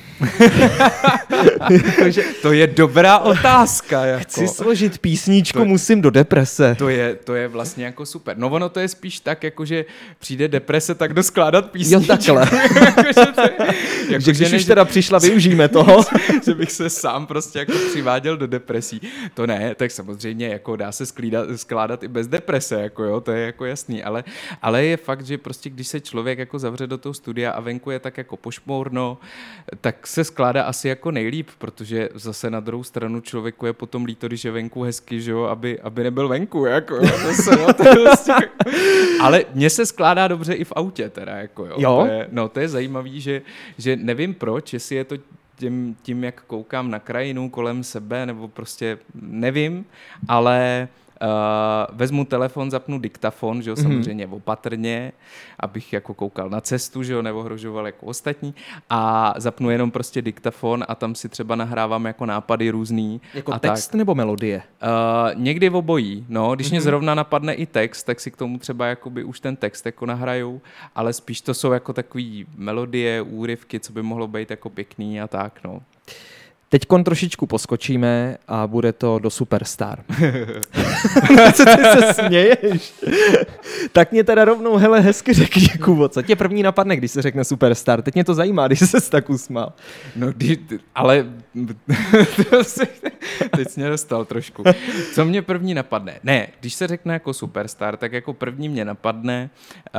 To je dobrá otázka. Jako. Chci složit písničku, musím do deprese. To je vlastně jako super. No ono to je spíš tak, jako že přijde deprese, tak jdu skládat písničku. Jo, takhle. Že když už teda přišla, využijeme toho. Že bych se sám prostě jako přiváděl do depresí. To ne, tak samozřejmě jako dá se skládat i bez deprese, jako jo, to je jako jasný. Ale je fakt, že prostě když se člověk jako zavře do toho studia a venku je tak jako pošmourno, tak se skládá asi jako nejlíp, protože zase na druhou stranu člověku je potom líto, když je venku hezky, že jo, aby nebyl venku, jako jo, zase, no, to je vlastně, ale mně se skládá dobře i v autě, teda, jako jo. To je zajímavý, že nevím proč, jestli je to tím, jak koukám na krajinu kolem sebe, nebo prostě nevím, ale vezmu telefon, zapnu diktafon, že jo, samozřejmě opatrně, abych jako koukal na cestu, že jo, neohrožoval jako ostatní, a zapnu jenom prostě diktafon a tam si třeba nahrávám jako nápady různý. Jako a text tak. Nebo melodie? Někdy obojí, no, když mě zrovna napadne i text, tak si k tomu třeba jakoby už ten text jako nahraju, ale spíš to jsou jako takový melodie, úryvky, co by mohlo být jako pěkný a tak, no. Teďkon trošičku poskočíme a bude to do Superstar. Co ty se směješ? Tak mě teda rovnou, hele, hezky řekni, Kubo, co tě první napadne, když se řekne Superstar? Teď mě to zajímá, když se tak usmál. No, ale teď jsi mě dostal trošku. Co mě první napadne? Ne, když se řekne jako Superstar, tak jako první mě napadne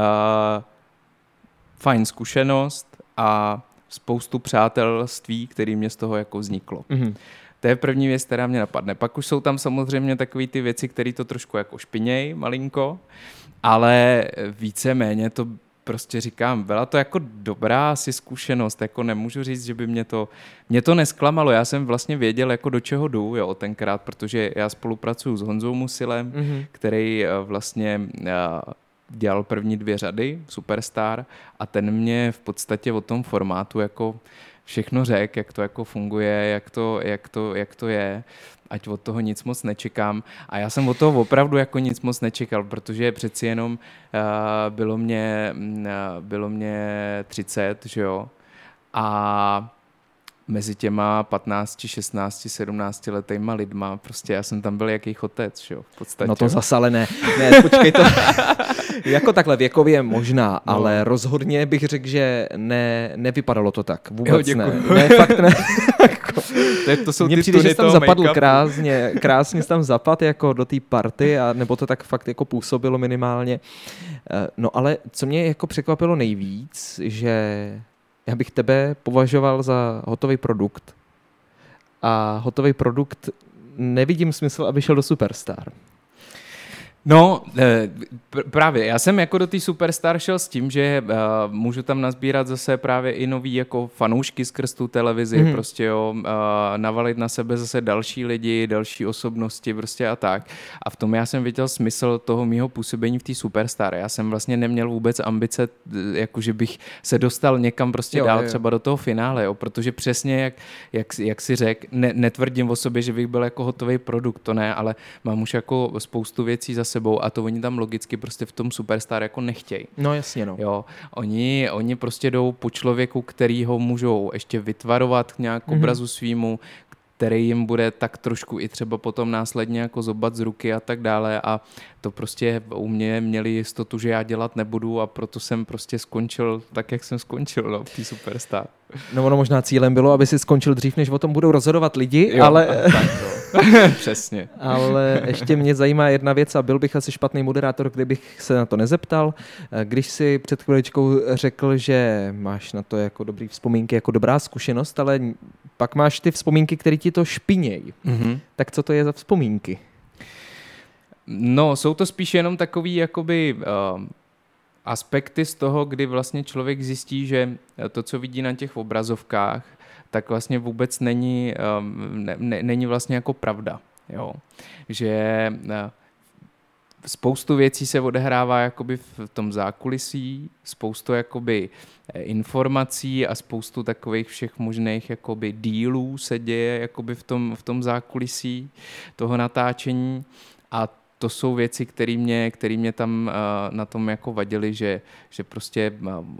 fajn zkušenost a spoustu přátelství, který mě z toho jako vzniklo. Mm-hmm. To je první věc, která mě napadne. Pak už jsou tam samozřejmě takové ty věci, které to trošku jako špiněj malinko, ale víceméně to prostě říkám, byla to jako dobrá asi zkušenost, jako nemůžu říct, že by mě to nesklamalo. Já jsem vlastně věděl, jako do čeho jdu, jo, tenkrát, protože já spolupracuju s Honzou Musilem, který vlastně dělal první 2 řady, Superstar, a ten mě v podstatě o tom formátu jako všechno řekl, jak to jako funguje, jak to je, ať od toho nic moc nečekám. A já jsem od toho opravdu jako nic moc nečekal, protože přeci jenom bylo mě 30, že jo, a mezi těma 15, 16, 17 letýma lidma. Prostě já jsem tam byl jak jejich otec, jo, v podstatě. No to zase ale ne. Ne, počkej to. Jako takhle věkově možná, no. Ale rozhodně bych řekl, že nevypadalo to tak. Vůbec jo, ne. Ne, fakt ne. To jsou mně ty přijde, že jsi tam zapadl make-upu. krásně jsi tam zapad jako do té party, a nebo to tak fakt jako působilo minimálně. No ale co mě jako překvapilo nejvíc, že já bych tebe považoval za hotový produkt a hotový produkt nevidím smysl, aby šel do Superstar. No, právě, já jsem jako do té Superstar šel s tím, že můžu tam nazbírat zase právě i nový jako fanoušky skrz tu televizi, prostě jo, navalit na sebe zase další lidi, další osobnosti prostě a tak. A v tom já jsem viděl smysl toho mýho působení v té Superstar. Já jsem vlastně neměl vůbec ambice, jako že bych se dostal někam prostě dál třeba do toho finále, jo, protože přesně jak si řekl, netvrdím o sobě, že bych byl jako hotový produkt, to ne, ale mám už jako spoustu věcí za sebou a to oni tam logicky prostě v tom Superstar jako nechtějí. No jasně, no. Jo, oni prostě jdou po člověku, který ho můžou ještě vytvarovat k nějak obrazu svýmu, který jim bude tak trošku i třeba potom následně jako zobat z ruky a tak dále a to prostě u mě měli jistotu, že já dělat nebudu a proto jsem prostě skončil tak, jak jsem skončil, no, v té Superstar. No ono možná cílem bylo, aby si skončil dřív, než o tom budou rozhodovat lidi, jo, ale... Tak, no. Přesně. Ale ještě mě zajímá jedna věc a byl bych asi špatný moderátor, kdybych se na to nezeptal. Když si před chviličkou řekl, že máš na to jako dobrý vzpomínky, jako dobrá zkušenost, ale pak máš ty vzpomínky, které ti to špiněj. Tak co to je za vzpomínky? No, jsou to spíš jenom takový jakoby aspekty z toho, kdy vlastně člověk zjistí, že to, co vidí na těch obrazovkách, tak vlastně vůbec není vlastně jako pravda. Jo? Že spoustu věcí se odehrává jakoby v tom zákulisí, spoustu jakoby informací a spoustu takových všech možných jakoby dílů se děje jakoby v tom zákulisí toho natáčení a to jsou věci, které mě tam na tom jako vadily, že prostě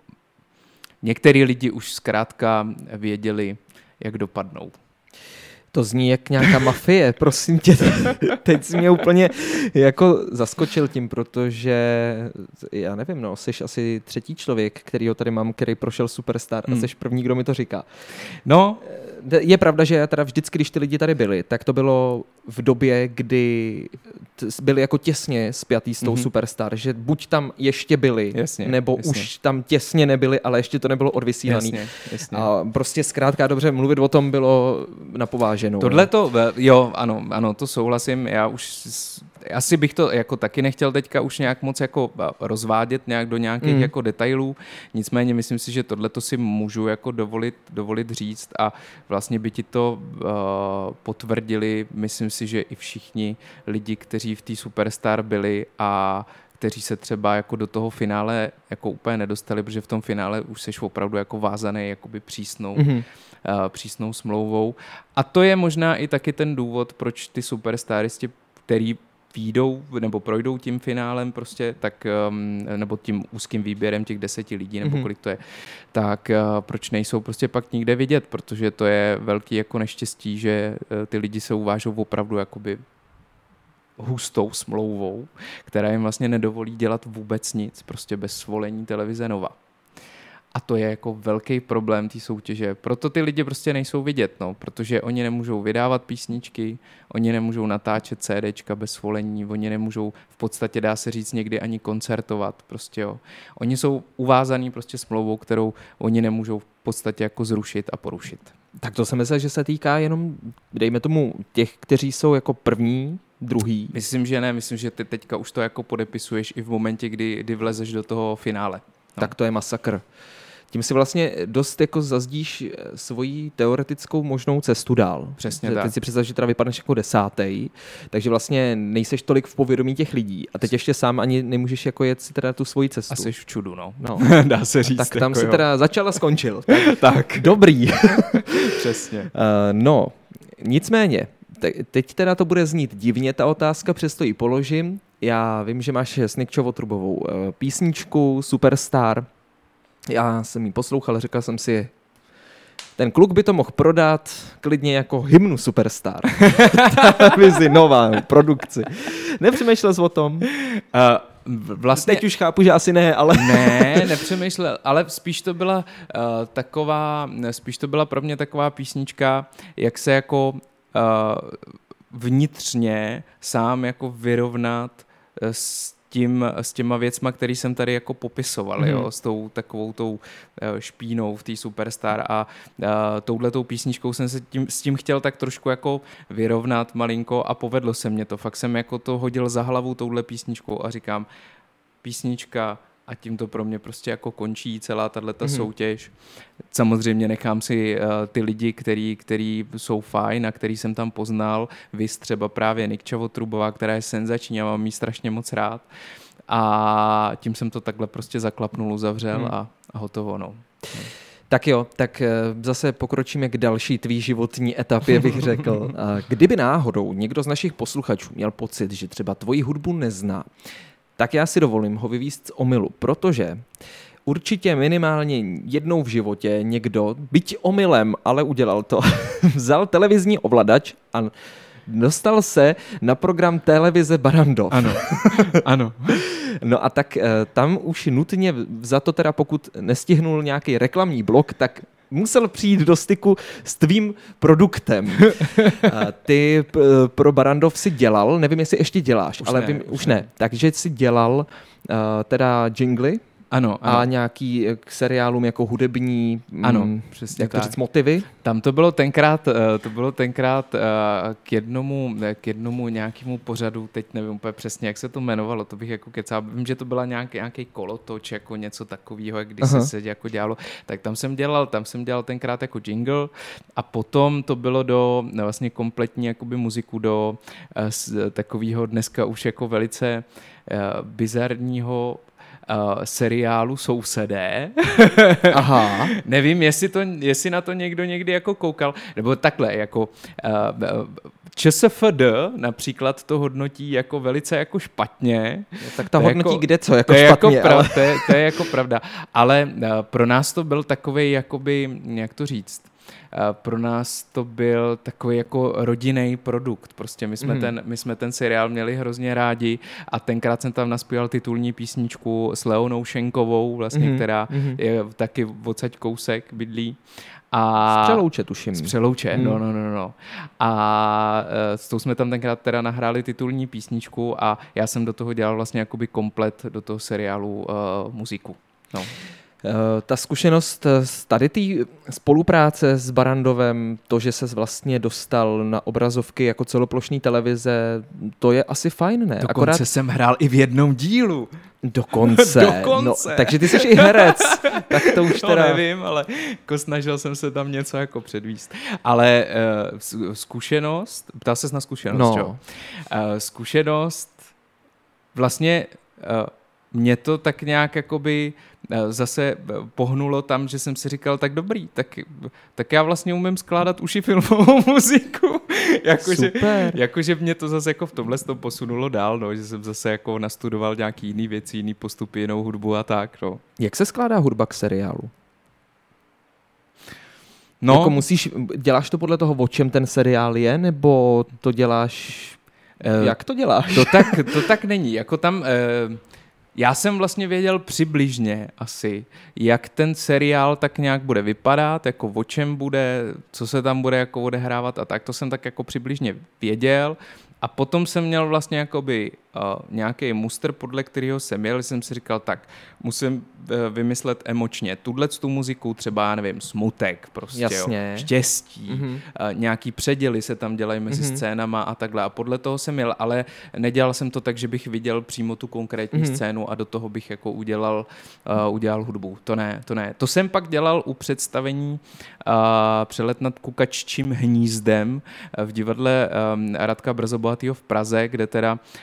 některý lidi už zkrátka věděli, jak dopadnou. To zní jak nějaká mafie, prosím tě. Teď jsi mě úplně jako zaskočil tím, protože já nevím, no, jsi asi třetí člověk, kterýho tady mám, který prošel Superstar a jsi první, kdo mi to říká. No, je pravda, že teda vždycky, když ty lidi tady byli, tak to bylo v době, kdy byli jako těsně spjatý s tou Superstar, že buď tam ještě byli, nebo už tam těsně nebyli, ale ještě to nebylo odvysílaný. Jasně. A prostě zkrátka dobře, mluvit o tom bylo na pováženou. Tohle to, jo, ano, to souhlasím. Já už asi bych to jako taky nechtěl teďka už nějak moc jako rozvádět nějak do nějakých jako detailů. Nicméně myslím si, že tohle to si můžu jako dovolit říct a vlastně by ti to potvrdili, myslím si, že i všichni lidi, kteří v té Superstar byli a kteří se třeba jako do toho finále jako úplně nedostali, protože v tom finále už seš opravdu jako vázaný jakoby přísnou smlouvou. A to je možná i taky ten důvod, proč ty superstaristi, který výjdou nebo projdou tím finálem prostě, tak, nebo tím úzkým výběrem těch 10 lidí, nebo kolik to je, tak proč nejsou prostě pak nikde vidět, protože to je velký jako neštěstí, že ty lidi se uvážou opravdu jakoby hustou smlouvou, která jim vlastně nedovolí dělat vůbec nic, prostě bez svolení televize Nova. A to je jako velký problém té soutěže. Proto ty lidi prostě nejsou vidět, no, protože oni nemůžou vydávat písničky, oni nemůžou natáčet CDčka bez svolení, oni nemůžou v podstatě, dá se říct, někdy ani koncertovat, prostě jo. Oni jsou uvázaný prostě smlouvou, kterou oni nemůžou v podstatě jako zrušit a porušit. Tak to se myslel, že se týká jenom, dejme tomu, těch, kteří jsou jako první, druhý. Myslím, že ne, myslím, že ty teďka už to jako podepisuješ i v momentě, kdy vlezeš do toho finále. No. Tak to je masakr. Tím si vlastně dost jako zazdíš svoji teoretickou možnou cestu dál. Přesně tak. Teď si představ, že teda vypadneš jako 10. Takže vlastně nejseš tolik v povědomí těch lidí. A teď ještě sám ani nemůžeš jako jet si teda tu svoji cestu. A jsi v čudu, no. Dá se říct. Tak tam jako si jo. teda začal a skončil. Tak. Dobrý. Přesně. No, nicméně, teď teda to bude znít divně ta otázka, přesto ji položím. Já vím, že máš s Nikčovo-Trubovou písničku Superstar. Já jsem ji poslouchal, řekl jsem si, ten kluk by to mohl prodat klidně jako hymnu Superstar. Televizi, nová produkci. Nepřemýšlel jsi o tom? Vlastně... Teď už chápu, že asi ne, ale... Ne, nepřemýšlel, ale spíš to byla spíš to byla pro mě taková písnička, jak se jako vnitřně sám jako vyrovnat s těma věcma, který jsem tady jako popisoval, jo, s tou takovou tou špínou v té Superstar a touhletou písničkou jsem se s tím chtěl tak trošku jako vyrovnat malinko a povedlo se mě to. Fakt jsem jako to hodil za hlavu touhle písničkou a říkám, písnička a tím to pro mě prostě jako končí celá tato soutěž. Samozřejmě nechám si ty lidi, který jsou fajn a který jsem tam poznal, viz třeba právě Nick Čavotrubová, která je senzační a mám jí strašně moc rád. A tím jsem to takhle prostě zaklapnul, uzavřel a hotovo, no. Tak jo, tak zase pokročíme k další tvý životní etapě, bych řekl. Kdyby náhodou někdo z našich posluchačů měl pocit, že třeba tvoji hudbu nezná, tak já si dovolím ho vyvést z omylu, protože určitě minimálně jednou v životě někdo, byť omylem, ale udělal to, vzal televizní ovladač a dostal se na program televize Barrandov. Ano, ano. No a tak tam už nutně za to teda, pokud nestihnul nějaký reklamní blok, tak musel přijít do styku s tvým produktem. Ty pro Barrandov si dělal, nevím, jestli ještě děláš, ale už ne. Takže si dělal teda jingly. Ano. A nějaký k seriálům jako hudební, přesně jak to říct, motivy? Tam to bylo tenkrát k jednomu nějakému pořadu, teď nevím úplně přesně, jak se to jmenovalo, to bych jako kecal, vím, že to byla nějaký kolotoč, jako něco takového, jak když se jako dělalo, tak tam jsem dělal tenkrát jako jingle a potom to bylo do vlastně kompletní jakoby muziku do takového dneska už jako velice bizarního seriálu Sousedé. Aha. Nevím, jestli na to někdo někdy jako koukal, nebo takhle, jako ČSFD například to hodnotí jako velice jako špatně. Tak ta hodnotí jako, kde co, jako špatně. To je jako pravda. Ale pro nás to byl takovej, jakoby, jak to říct, pro nás to byl takový jako rodinný produkt. Prostě my jsme ten seriál měli hrozně rádi a tenkrát jsem tam nazpíval titulní písničku s Leonou Šenkovou, vlastně, která je taky odsaď kousek bydlí. A z Přelouče, tuším. Z Přelouče, no. A s tou jsme tam tenkrát teda nahráli titulní písničku a já jsem do toho dělal vlastně jakoby komplet do toho seriálu muziku. No. Ta zkušenost z tady té spolupráce s Barrandovem, to, že ses vlastně dostal na obrazovky jako celoplošný televize, to je asi fajn, ne? Dokonce jsem hrál i v jednom dílu. Dokonce. No, takže ty jsi i herec. Tak to už teda... To nevím, ale jako snažil jsem se tam něco jako předvíst. Ale zkušenost, ptal ses na zkušenost, jo? Zkušenost vlastně... Mě to tak nějak jakoby zase pohnulo tam, že jsem si říkal, tak dobrý, tak já vlastně umím skládat už i filmovou muziku. Jakože mě to zase jako v tomhle to posunulo dál, no, že jsem zase jako nastudoval nějaký jiný věci, jiný postupy, jinou hudbu a tak. No. Jak se skládá hudba k seriálu? No. Jako děláš to podle toho, o čem ten seriál je, nebo to děláš... Jak to děláš? To tak není. Jako tam... Já jsem vlastně věděl přibližně asi, jak ten seriál tak nějak bude vypadat, jako o čem bude, co se tam bude jako odehrávat a tak. To jsem tak jako přibližně věděl. A potom jsem měl vlastně jakoby nějaký muster, podle kterého jsem jel, jsem si říkal, tak musím vymyslet emočně tu muziku, třeba, nevím, smutek prostě, jasně. Jo, štěstí, nějaký předěly se tam dělají mezi scénama a takhle. A podle toho jsem jel, ale nedělal jsem to tak, že bych viděl přímo tu konkrétní scénu a do toho bych jako udělal hudbu. To ne. To jsem pak dělal u představení Přelet nad kukaččím hnízdem v divadle Radka Brzobohatýho v Praze, kde teda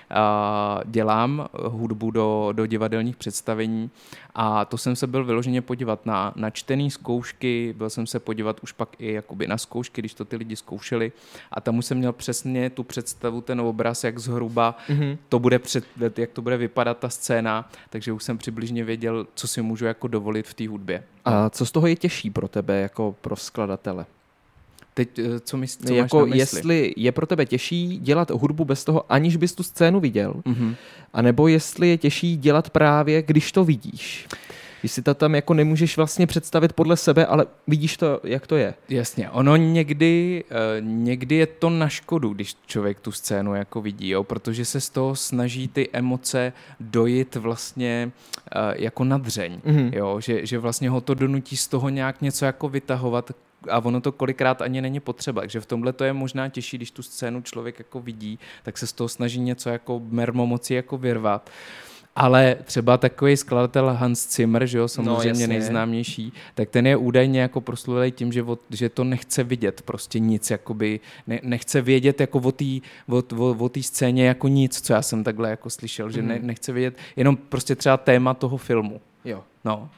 dělám hudbu do divadelních představení a to jsem se byl vyloženě podívat na čtený zkoušky, byl jsem se podívat už pak i jakoby na zkoušky, když to ty lidi zkoušeli a tam už jsem měl přesně tu představu, ten obraz, jak zhruba to bude jak to bude vypadat ta scéna, takže už jsem přibližně věděl, co si můžu jako dovolit v té hudbě. A co z toho je těžší pro tebe jako pro skladatele? Teď, co máš jako na mysli? Jestli je pro tebe těžší dělat hudbu bez toho, aniž bys tu scénu viděl, anebo jestli je těžší dělat právě, když to vidíš. Když si to tam jako nemůžeš vlastně představit podle sebe, ale vidíš to, jak to je. Jasně, ono někdy je to na škodu, když člověk tu scénu jako vidí, jo, protože se z toho snaží ty emoce dojít vlastně jako na dřeň, jo, že vlastně ho to donutí z toho nějak něco jako vytahovat a ono to kolikrát ani není potřeba, takže v tomhle to je možná těžší, když tu scénu člověk jako vidí, tak se z toho snaží něco jako mermomocí jako vyrvat. Ale třeba takový skladatel Hans Zimmer, že jo, samozřejmě nejznámější, tak ten je údajně jako proslulý tím, že to nechce vidět prostě nic, jakoby nechce vědět jako o té scéně jako nic, co já jsem takhle jako slyšel, že nechce vědět jenom prostě třeba téma toho filmu. Jo. No.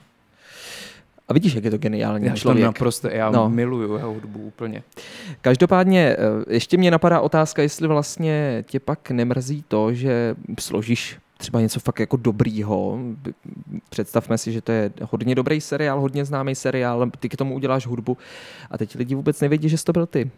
A vidíš, jak je to geniální člověk. Naprosto, já miluju jeho hudbu úplně. Každopádně ještě mě napadá otázka, jestli vlastně tě pak nemrzí to, že složíš třeba něco fakt jako dobrýho. Představme si, že to je hodně dobrý seriál, hodně známý seriál, ty k tomu uděláš hudbu a teď lidi vůbec nevědí, že jsi to byl ty.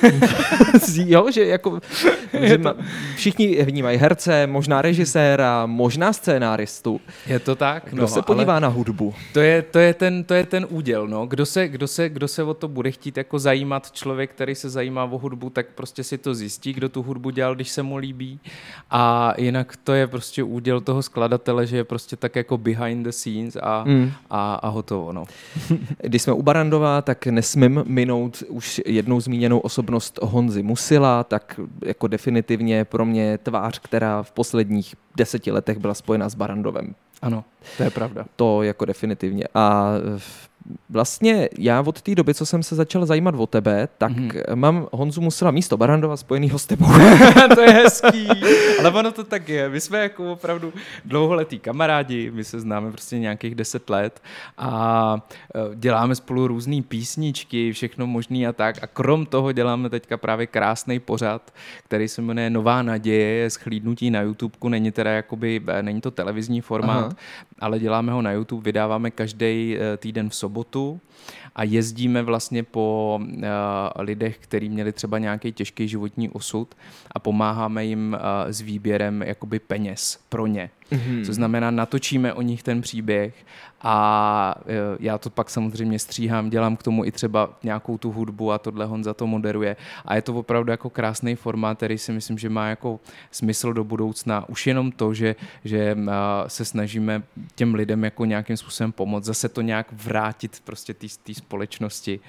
Jo, že jako že všichni vnímají herce, možná režiséra, možná scénáristu. Je to tak? Kdo se podívá na hudbu? To je ten úděl, no. Kdo se o to bude chtít jako zajímat, člověk, který se zajímá o hudbu, tak prostě si to zjistí, kdo tu hudbu dělal, když se mu líbí. A jinak to je prostě úděl toho skladatele, že je prostě tak jako behind the scenes a hotovo, no. Když jsme u Barrandova, tak nesmím minout už jednou zmíněnou osobnost Honzy Musila, tak jako definitivně pro mě tvář, která v posledních 10 letech byla spojena s Barrandovem. Ano, to je pravda. To jako definitivně. A vlastně já od té doby, co jsem se začal zajímat o tebe, tak mám Honzu Musila místo Barrandova spojenýho s tebou. To je hezký. Ale ono to tak je. My jsme jako opravdu dlouholetí kamarádi, my se známe prostě nějakých 10 let a děláme spolu různý písničky, všechno možný a tak. A krom toho děláme teďka právě krásný pořad, který se jmenuje Nová naděje, je schlídnutí na YouTubeku, není to televizní formát, ale děláme ho na YouTube, vydáváme každý týden v sobotu a jezdíme vlastně po lidech, kteří měli třeba nějaký těžký životní osud a pomáháme jim s výběrem jakoby peněz pro ně. Co znamená, natočíme o nich ten příběh a já to pak samozřejmě stříhám, dělám k tomu i třeba nějakou tu hudbu a tohle Honza to moderuje a je to opravdu jako krásný formát, který si myslím, že má jako smysl do budoucna. Už jenom to, že se snažíme těm lidem jako nějakým způsobem pomoct, zase to nějak vrátit prostě té společnosti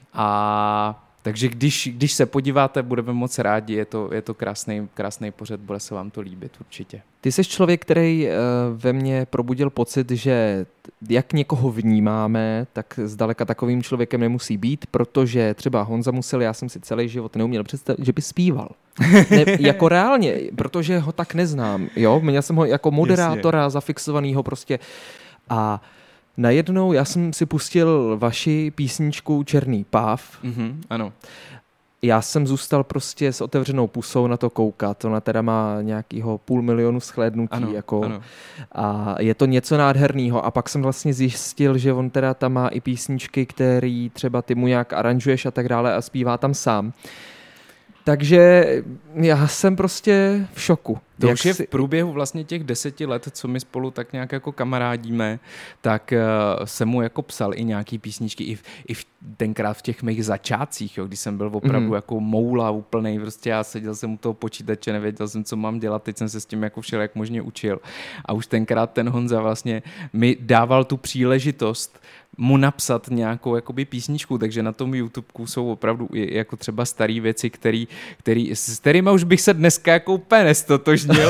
a takže když se podíváte, budeme moc rádi, je to krásný pořad, bude se vám to líbit určitě. Ty jsi člověk, který ve mně probudil pocit, že jak někoho vnímáme, tak zdaleka takovým člověkem nemusí být, protože třeba Honza Musil, já jsem si celý život neuměl představit, že by zpíval. Ne, jako reálně, protože ho tak neznám. Jo? Měl jsem ho jako moderátora zafixovanýho prostě a najednou já jsem si pustil vaši písničku Černý páv. Ano. Já jsem zůstal prostě s otevřenou pusou na to koukat. Ona teda má nějakýho 500 000 shlédnutí. Ano. A je to něco nádherného. A pak jsem vlastně zjistil, že on teda tam má i písničky, které třeba ty mu nějak aranžuješ a tak dále a zpívá tam sám. Takže já jsem prostě v šoku. To už je v průběhu vlastně těch 10 let, co my spolu tak nějak jako kamarádíme, tak jsem mu jako psal i nějaký písničky i tenkrát v těch mých začátcích, jo, když jsem byl opravdu jako moula úplnej, prostě já seděl jsem u toho počítače, nevěděl jsem, co mám dělat, teď jsem se s tím jako všelijak možně učil. A už tenkrát ten Honza vlastně mi dával tu příležitost mu napsat nějakou jakoby písničku, takže na tom YouTubeku jsou opravdu jako třeba staré věci, s kterými už bych se dneska jako úplně nestotožnil, stotožnil,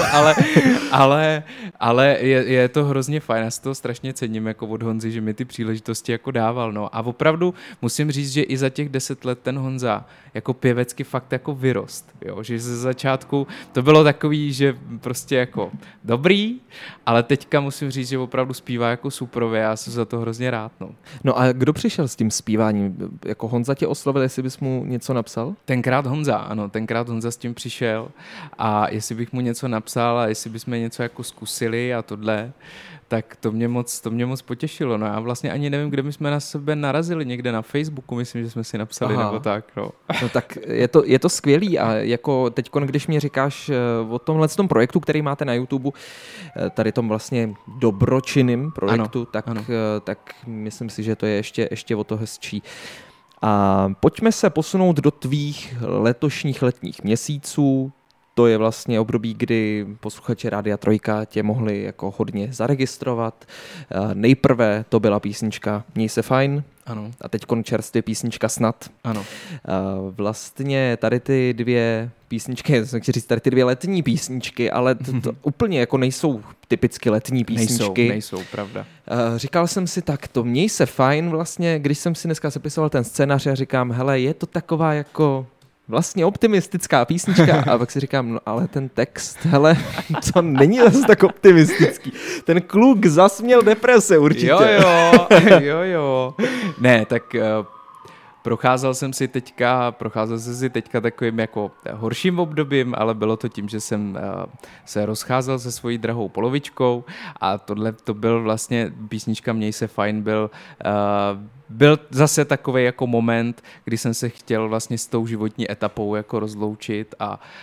ale je to hrozně fajn, já si to strašně cením jako od Honzy, že mi ty příležitosti jako dával, no. A opravdu musím říct, že i za těch 10 let ten Honza jako pěvecky fakt jako vyrost, jo, že ze začátku to bylo takový, že prostě jako dobrý, ale teďka musím říct, že opravdu zpívá jako suprově, já jsem za to hrozně rád, no. No a kdo přišel s tím zpíváním? Jako Honza tě oslovil, jestli bys mu něco napsal? Tenkrát Honza s tím přišel a jestli bych mu něco napsal a jestli bychom něco jako zkusili a tohle, tak to mě moc potěšilo. No já vlastně ani nevím, kde my jsme na sebe narazili, někde na Facebooku, myslím, že jsme si napsali nebo tak. No. No tak je to skvělý a jako teďko, když mě říkáš o tomhletom projektu, který máte na YouTube, tady tom vlastně dobročinným projektu, ano, tak myslím si, že to je ještě o to hezčí. A pojďme se posunout do tvých letošních letních měsíců. To je vlastně období, kdy posluchači Rádia Trojka tě mohli jako hodně zaregistrovat. Nejprve to byla písnička Měj se fajn. Ano. A teď čerstvě písnička Snad. Ano. Vlastně tady ty dvě písničky, chci říct, tady ty dvě letní písničky, ale to úplně jako nejsou typicky letní písničky. Nejsou, pravda. Říkal jsem si tak, to Měj se fajn vlastně, když jsem si dneska sepisoval ten scénář a říkám, hele, je to taková jako vlastně optimistická písnička a pak si říkám, no ale ten text, hele, to není zase tak optimistický. Ten kluk zas měl deprese určitě. Jo. Ne, tak procházel jsem si teďka takovým jako horším obdobím, ale bylo to tím, že jsem se rozcházel se svojí drahou polovičkou a tohle to byl vlastně písnička Měj se fajn, byl zase takový jako moment, kdy jsem se chtěl vlastně s tou životní etapou jako rozloučit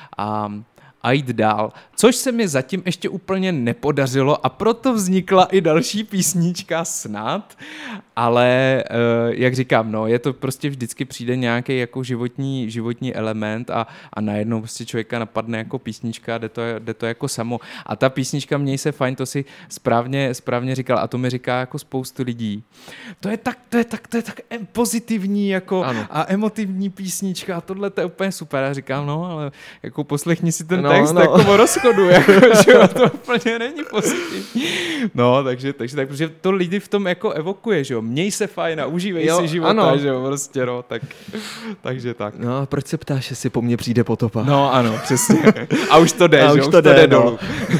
a jít dál, což se mi zatím ještě úplně nepodařilo a proto vznikla i další písnička Snad, ale jak říkám, no, je to prostě vždycky přijde nějaký jako životní element a najednou prostě člověka napadne jako písnička, jde to jako samo a ta písnička Měj se fajn, to si správně říkal a to mi říká jako spoustu lidí. To je tak pozitivní jako a emotivní písnička a tohle to je úplně super. Já říkám, no, ale jako poslechni si ten text jako o rozchodu, jako, že to úplně není pozitivní. No, takže tak, protože to lidi v tom jako evokuje, že jo, měj se fajn a užívej si života, ano. Že jo, prostě, no, takže tak. No, a proč se ptáš, jestli po mně přijde potopa? No, ano, přesně. A už to jde, že? Už to jde dolů.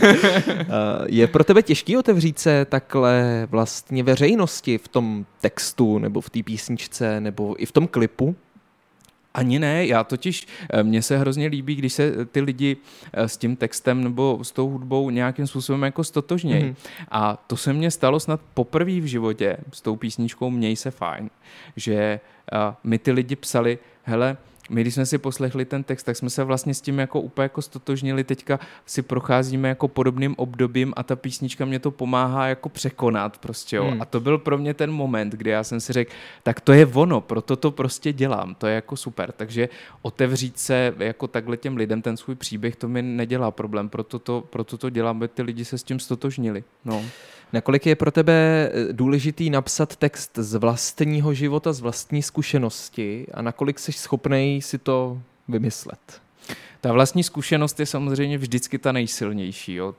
Je pro tebe těžký otevřít se takhle vlastně veřejnosti v tom textu, nebo v té písničce, nebo i v tom klipu? Ani ne, mně se hrozně líbí, když se ty lidi s tím textem nebo s tou hudbou nějakým způsobem jako stotožnějí. Mm-hmm. A to se mně stalo snad poprvé v životě s tou písničkou Měj se fajn, že mi ty lidi psali, hele, my když jsme si poslechli ten text, tak jsme se vlastně s tím jako úplně jako stotožnili, teďka si procházíme jako podobným obdobím a ta písnička mě to pomáhá jako překonat prostě, jo. A to byl pro mě ten moment, kdy já jsem si řekl, tak to je ono, proto to prostě dělám, to je jako super, takže otevřít se jako takhle těm lidem ten svůj příběh, to mi nedělá problém, proto to dělám, aby ty lidi se s tím stotožnili, no. Nakolik je pro tebe důležitý napsat text z vlastního života, z vlastní zkušenosti a nakolik jsi schopnej si to vymyslet? Ta vlastní zkušenost je samozřejmě vždycky ta nejsilnější, jo?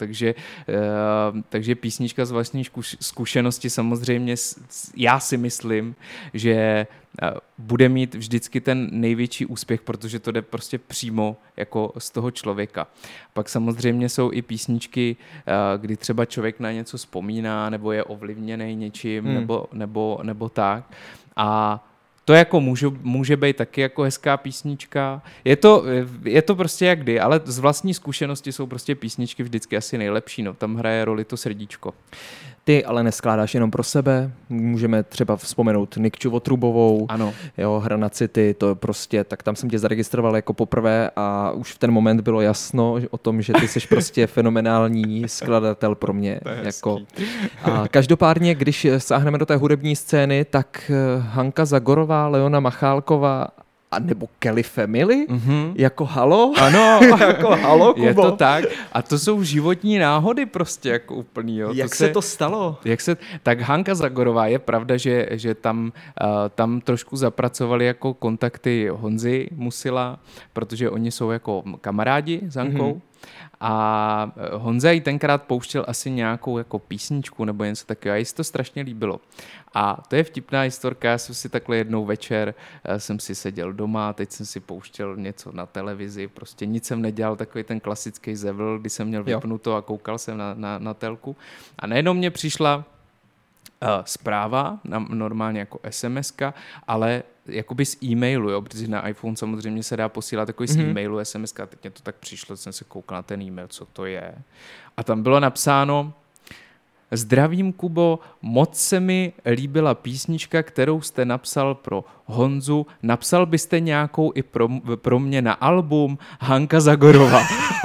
Takže písnička z vlastní zkušenosti samozřejmě já si myslím, že bude mít vždycky ten největší úspěch, protože to jde prostě přímo jako z toho člověka. Pak samozřejmě jsou i písničky, kdy třeba člověk na něco vzpomíná nebo je ovlivněný něčím nebo tak. A to jako může být taky jako hezká písnička. Je to prostě jak kdy, ale z vlastní zkušenosti jsou prostě písničky vždycky asi nejlepší. No. Tam hraje roli to srdíčko. Ty ale neskládáš jenom pro sebe. Můžeme třeba vzpomenout Nikču Votrubovou, ano. Jo, Hra na city, to prostě, tak tam jsem tě zaregistroval jako poprvé a už v ten moment bylo jasno o tom, že ty jsi prostě fenomenální skladatel pro mě. Jako. A každopádně, když sáhneme do té hudební scény, tak Hanka Zagorová, Leona Machálková a nebo Kelly Family? Mm-hmm. Jako halo? Ano. Jako halo, Kubo? Je to tak. A to jsou životní náhody prostě jako úplný. Jo. Jak se to stalo? Tak Hanka Zagorová, je pravda, že tam trošku zapracovali jako kontakty Honzy Musila, protože oni jsou jako kamarádi s Hankou. Mm-hmm. A Honza jí tenkrát pouštěl asi nějakou jako písničku nebo něco takového a jí se to strašně líbilo. A to je vtipná historka, já jsem si takhle jednou večer jsem si seděl doma, teď jsem si pouštěl něco na televizi, prostě nic jsem nedělal, takový ten klasický zevl, kdy jsem měl vypnuto a koukal jsem na telku. A najednou mě přišla zpráva, normálně jako SMS-ka, ale jakoby z e-mailu, jo, protože na iPhone samozřejmě se dá posílat takový z e-mailu SMS-ka, teď mě to tak přišlo, jsem se koukal na ten e-mail, co to je. A tam bylo napsáno: Zdravím, Kubo, moc se mi líbila písnička, kterou jste napsal pro Honzu. Napsal byste nějakou i pro mě na album? Hanka Zagorová.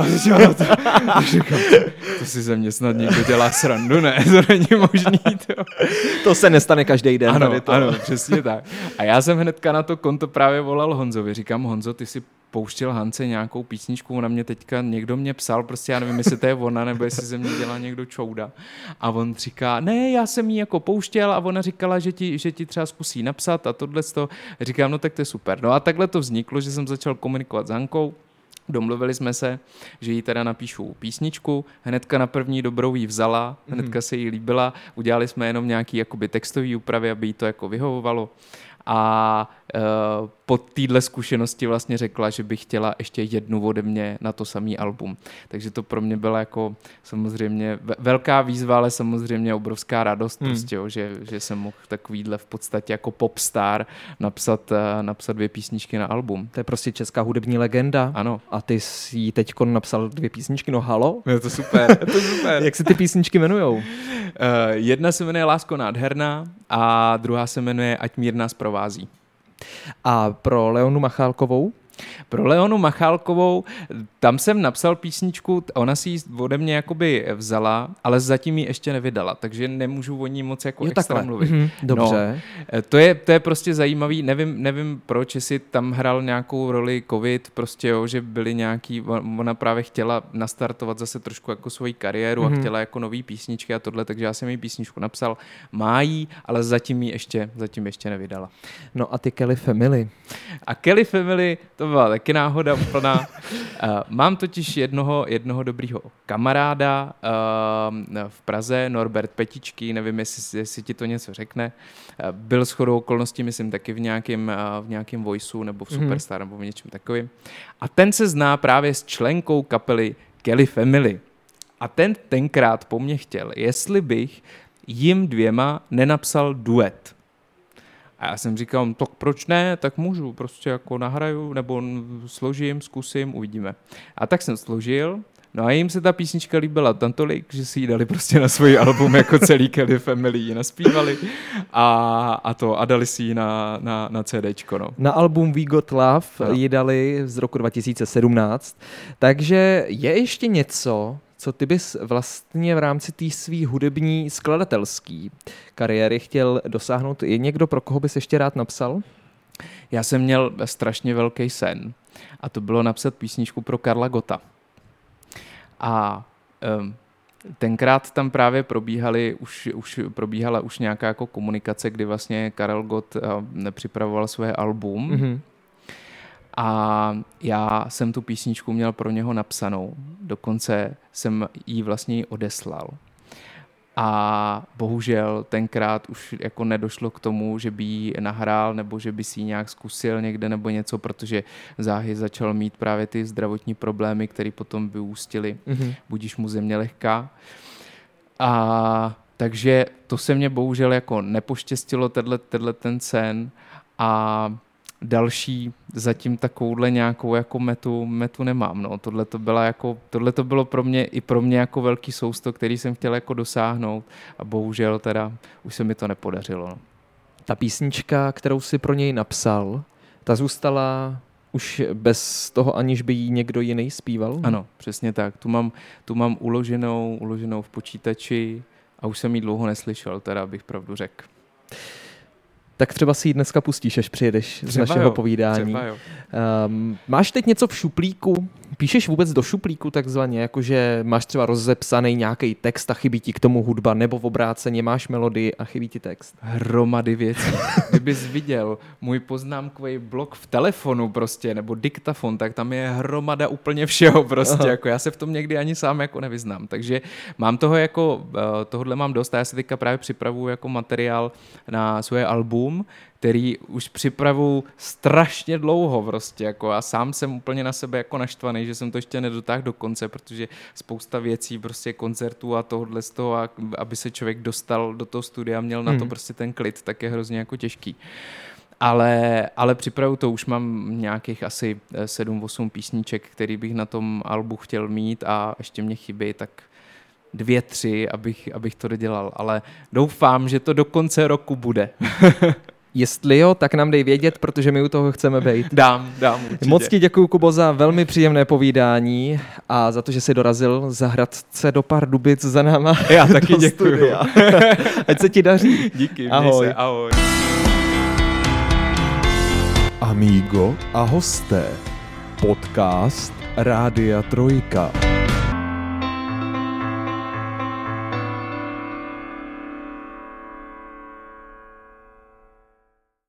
To si ze mě snad někdo dělá srandu, ne? To není možný. To se nestane každý den. Ano, přesně tak. A já jsem hnedka na to konto právě volal Honzovi. Říkám: Honzo, ty si pouštěl Hance nějakou písničku, ona mě teďka, někdo mě psal, prostě já nevím, jestli to je ona, nebo jestli ze mě dělá někdo čouda. A on říká: ne, já jsem jí jako pouštěl a ona říkala, že ti třeba zkusí napsat a tohleto. Říkám: no tak to je super. No a takhle to vzniklo, že jsem začal komunikovat s Hankou. Domluvili jsme se, že jí teda napíšu písničku, hnedka na první dobrou jí vzala, hnedka se jí líbila, udělali jsme jenom nějaký jakoby textový úpravy, aby jí to jako vyhovovalo. A po téhle zkušenosti vlastně řekla, že by chtěla ještě jednu ode mě na to samý album. Takže to pro mě byla jako samozřejmě velká výzva, ale samozřejmě obrovská radost, prostě, jo, že jsem mohl takovýhle v podstatě jako popstar napsat 2 písničky na album. To je prostě česká hudební legenda. Ano. A ty jsi jí teďko napsal 2 písničky, no halo? Je to super, je to super. Jak se ty písničky jmenujou? Jedna se jmenuje Lásko nádherná a druhá se jmenuje Ať mír nás provází. A pro Leonu Machálkovou? Pro Leonu Machálkovou, tam jsem napsal písničku, ona si ji ode mě jakoby vzala, ale zatím ji ještě nevydala, takže nemůžu o ní moc jako extra mluvit. Dobře. No, to je prostě zajímavý, nevím proč, jestli tam hrál nějakou roli covid, prostě jo, že byly nějaký, ona právě chtěla nastartovat zase trošku jako svoji kariéru a chtěla jako nový písničky a tohle, takže já jsem jí písničku napsal, má jí, ale zatím ještě nevydala. No a ty Kelly Family? A Kelly Family, to byla taky náhoda úplná. Mám totiž jednoho dobrýho kamaráda v Praze, Norbert Petičky, nevím, jestli ti to něco řekne. Byl shodou okolností, myslím, taky v nějakém Voiceu nebo v Superstar nebo v něčem takovým. A ten se zná právě s členkou kapely Kelly Family. A tenkrát po mně chtěl, jestli bych jim 2 nenapsal duet. A já jsem říkal: tak proč ne, tak můžu, prostě jako nahraju, nebo složím, zkusím, uvidíme. A tak jsem složil, no a jim se ta písnička líbila tam tolik, že si ji dali prostě na svůj album jako celý Kelly Family, ji naspívali a dali si ji na CDčko. No. Na album We Got Love ji dali z roku 2017, takže je ještě něco, co ty bys vlastně v rámci té svý hudební skladatelský kariéry chtěl dosáhnout? Je někdo, pro koho bys ještě rád napsal? Já jsem měl strašně velký sen a to bylo napsat písničku pro Karla Gotta. A tenkrát tam právě probíhala už nějaká jako komunikace, kdy vlastně Karel Gott připravoval své album. Mm-hmm. A já jsem tu písničku měl pro něho napsanou, dokonce jsem ji vlastně odeslal. A bohužel tenkrát už jako nedošlo k tomu, že by ji nahrál nebo že by si ji nějak zkusil někde nebo něco, protože záhy začal mít právě ty zdravotní problémy, které potom vyústily, budíš mu země lehká. A takže to se mě bohužel jako nepoštěstilo, tenhle ten sen a další zatím takovouhle nějakou jako metu nemám. No. Tohle to bylo pro mě jako velký sousto, který jsem chtěl jako dosáhnout a bohužel teda už se mi to nepodařilo. No. Ta písnička, kterou si pro něj napsal, ta zůstala už bez toho, aniž by jí někdo jiný zpíval? Ano, přesně tak. Tu mám uloženou v počítači a už jsem ji dlouho neslyšel, teda bych pravdu řekl. Tak třeba si ji dneska pustíš, až přijedeš z našeho povídání. Třeba jo. Máš teď něco v šuplíku? Píšeš vůbec do šuplíku takzvaně, jakože máš třeba rozepsaný nějaký text a chybí ti k tomu hudba, nebo v obráceně máš melodii a chybí ti text? Hromady věcí. Kdybys viděl můj poznámkový blok v telefonu prostě, nebo diktafon, tak tam je hromada úplně všeho prostě. Jako já se v tom někdy ani sám jako nevyznám. Takže mám toho jako, tohle mám dost a já si teďka právě připravuju jako materiál na svoje album, který už připravuju strašně dlouho prostě, jako a sám jsem úplně na sebe jako naštvaný, že jsem to ještě nedotáhl do konce, protože spousta věcí, prostě koncertů a tohle z toho, aby se člověk dostal do toho studia, měl na to prostě ten klid, tak je hrozně jako těžký. Ale připravuju to, už mám nějakých asi 7-8 písniček, který bych na tom albu chtěl mít a ještě mě chybí tak 2-3, abych to dodělal, ale doufám, že to do konce roku bude. Jestli jo, tak nám dej vědět, protože my u toho chceme být. Dám určitě. Moc ti děkuju, Kubo, za velmi příjemné povídání a za to, že jsi dorazil za Hradce do Pardubic za náma. Já taky děkuju. Ať se ti daří. Díky, ahoj. Ahoj. Amigo a hosté. Podcast Rádia Trojka.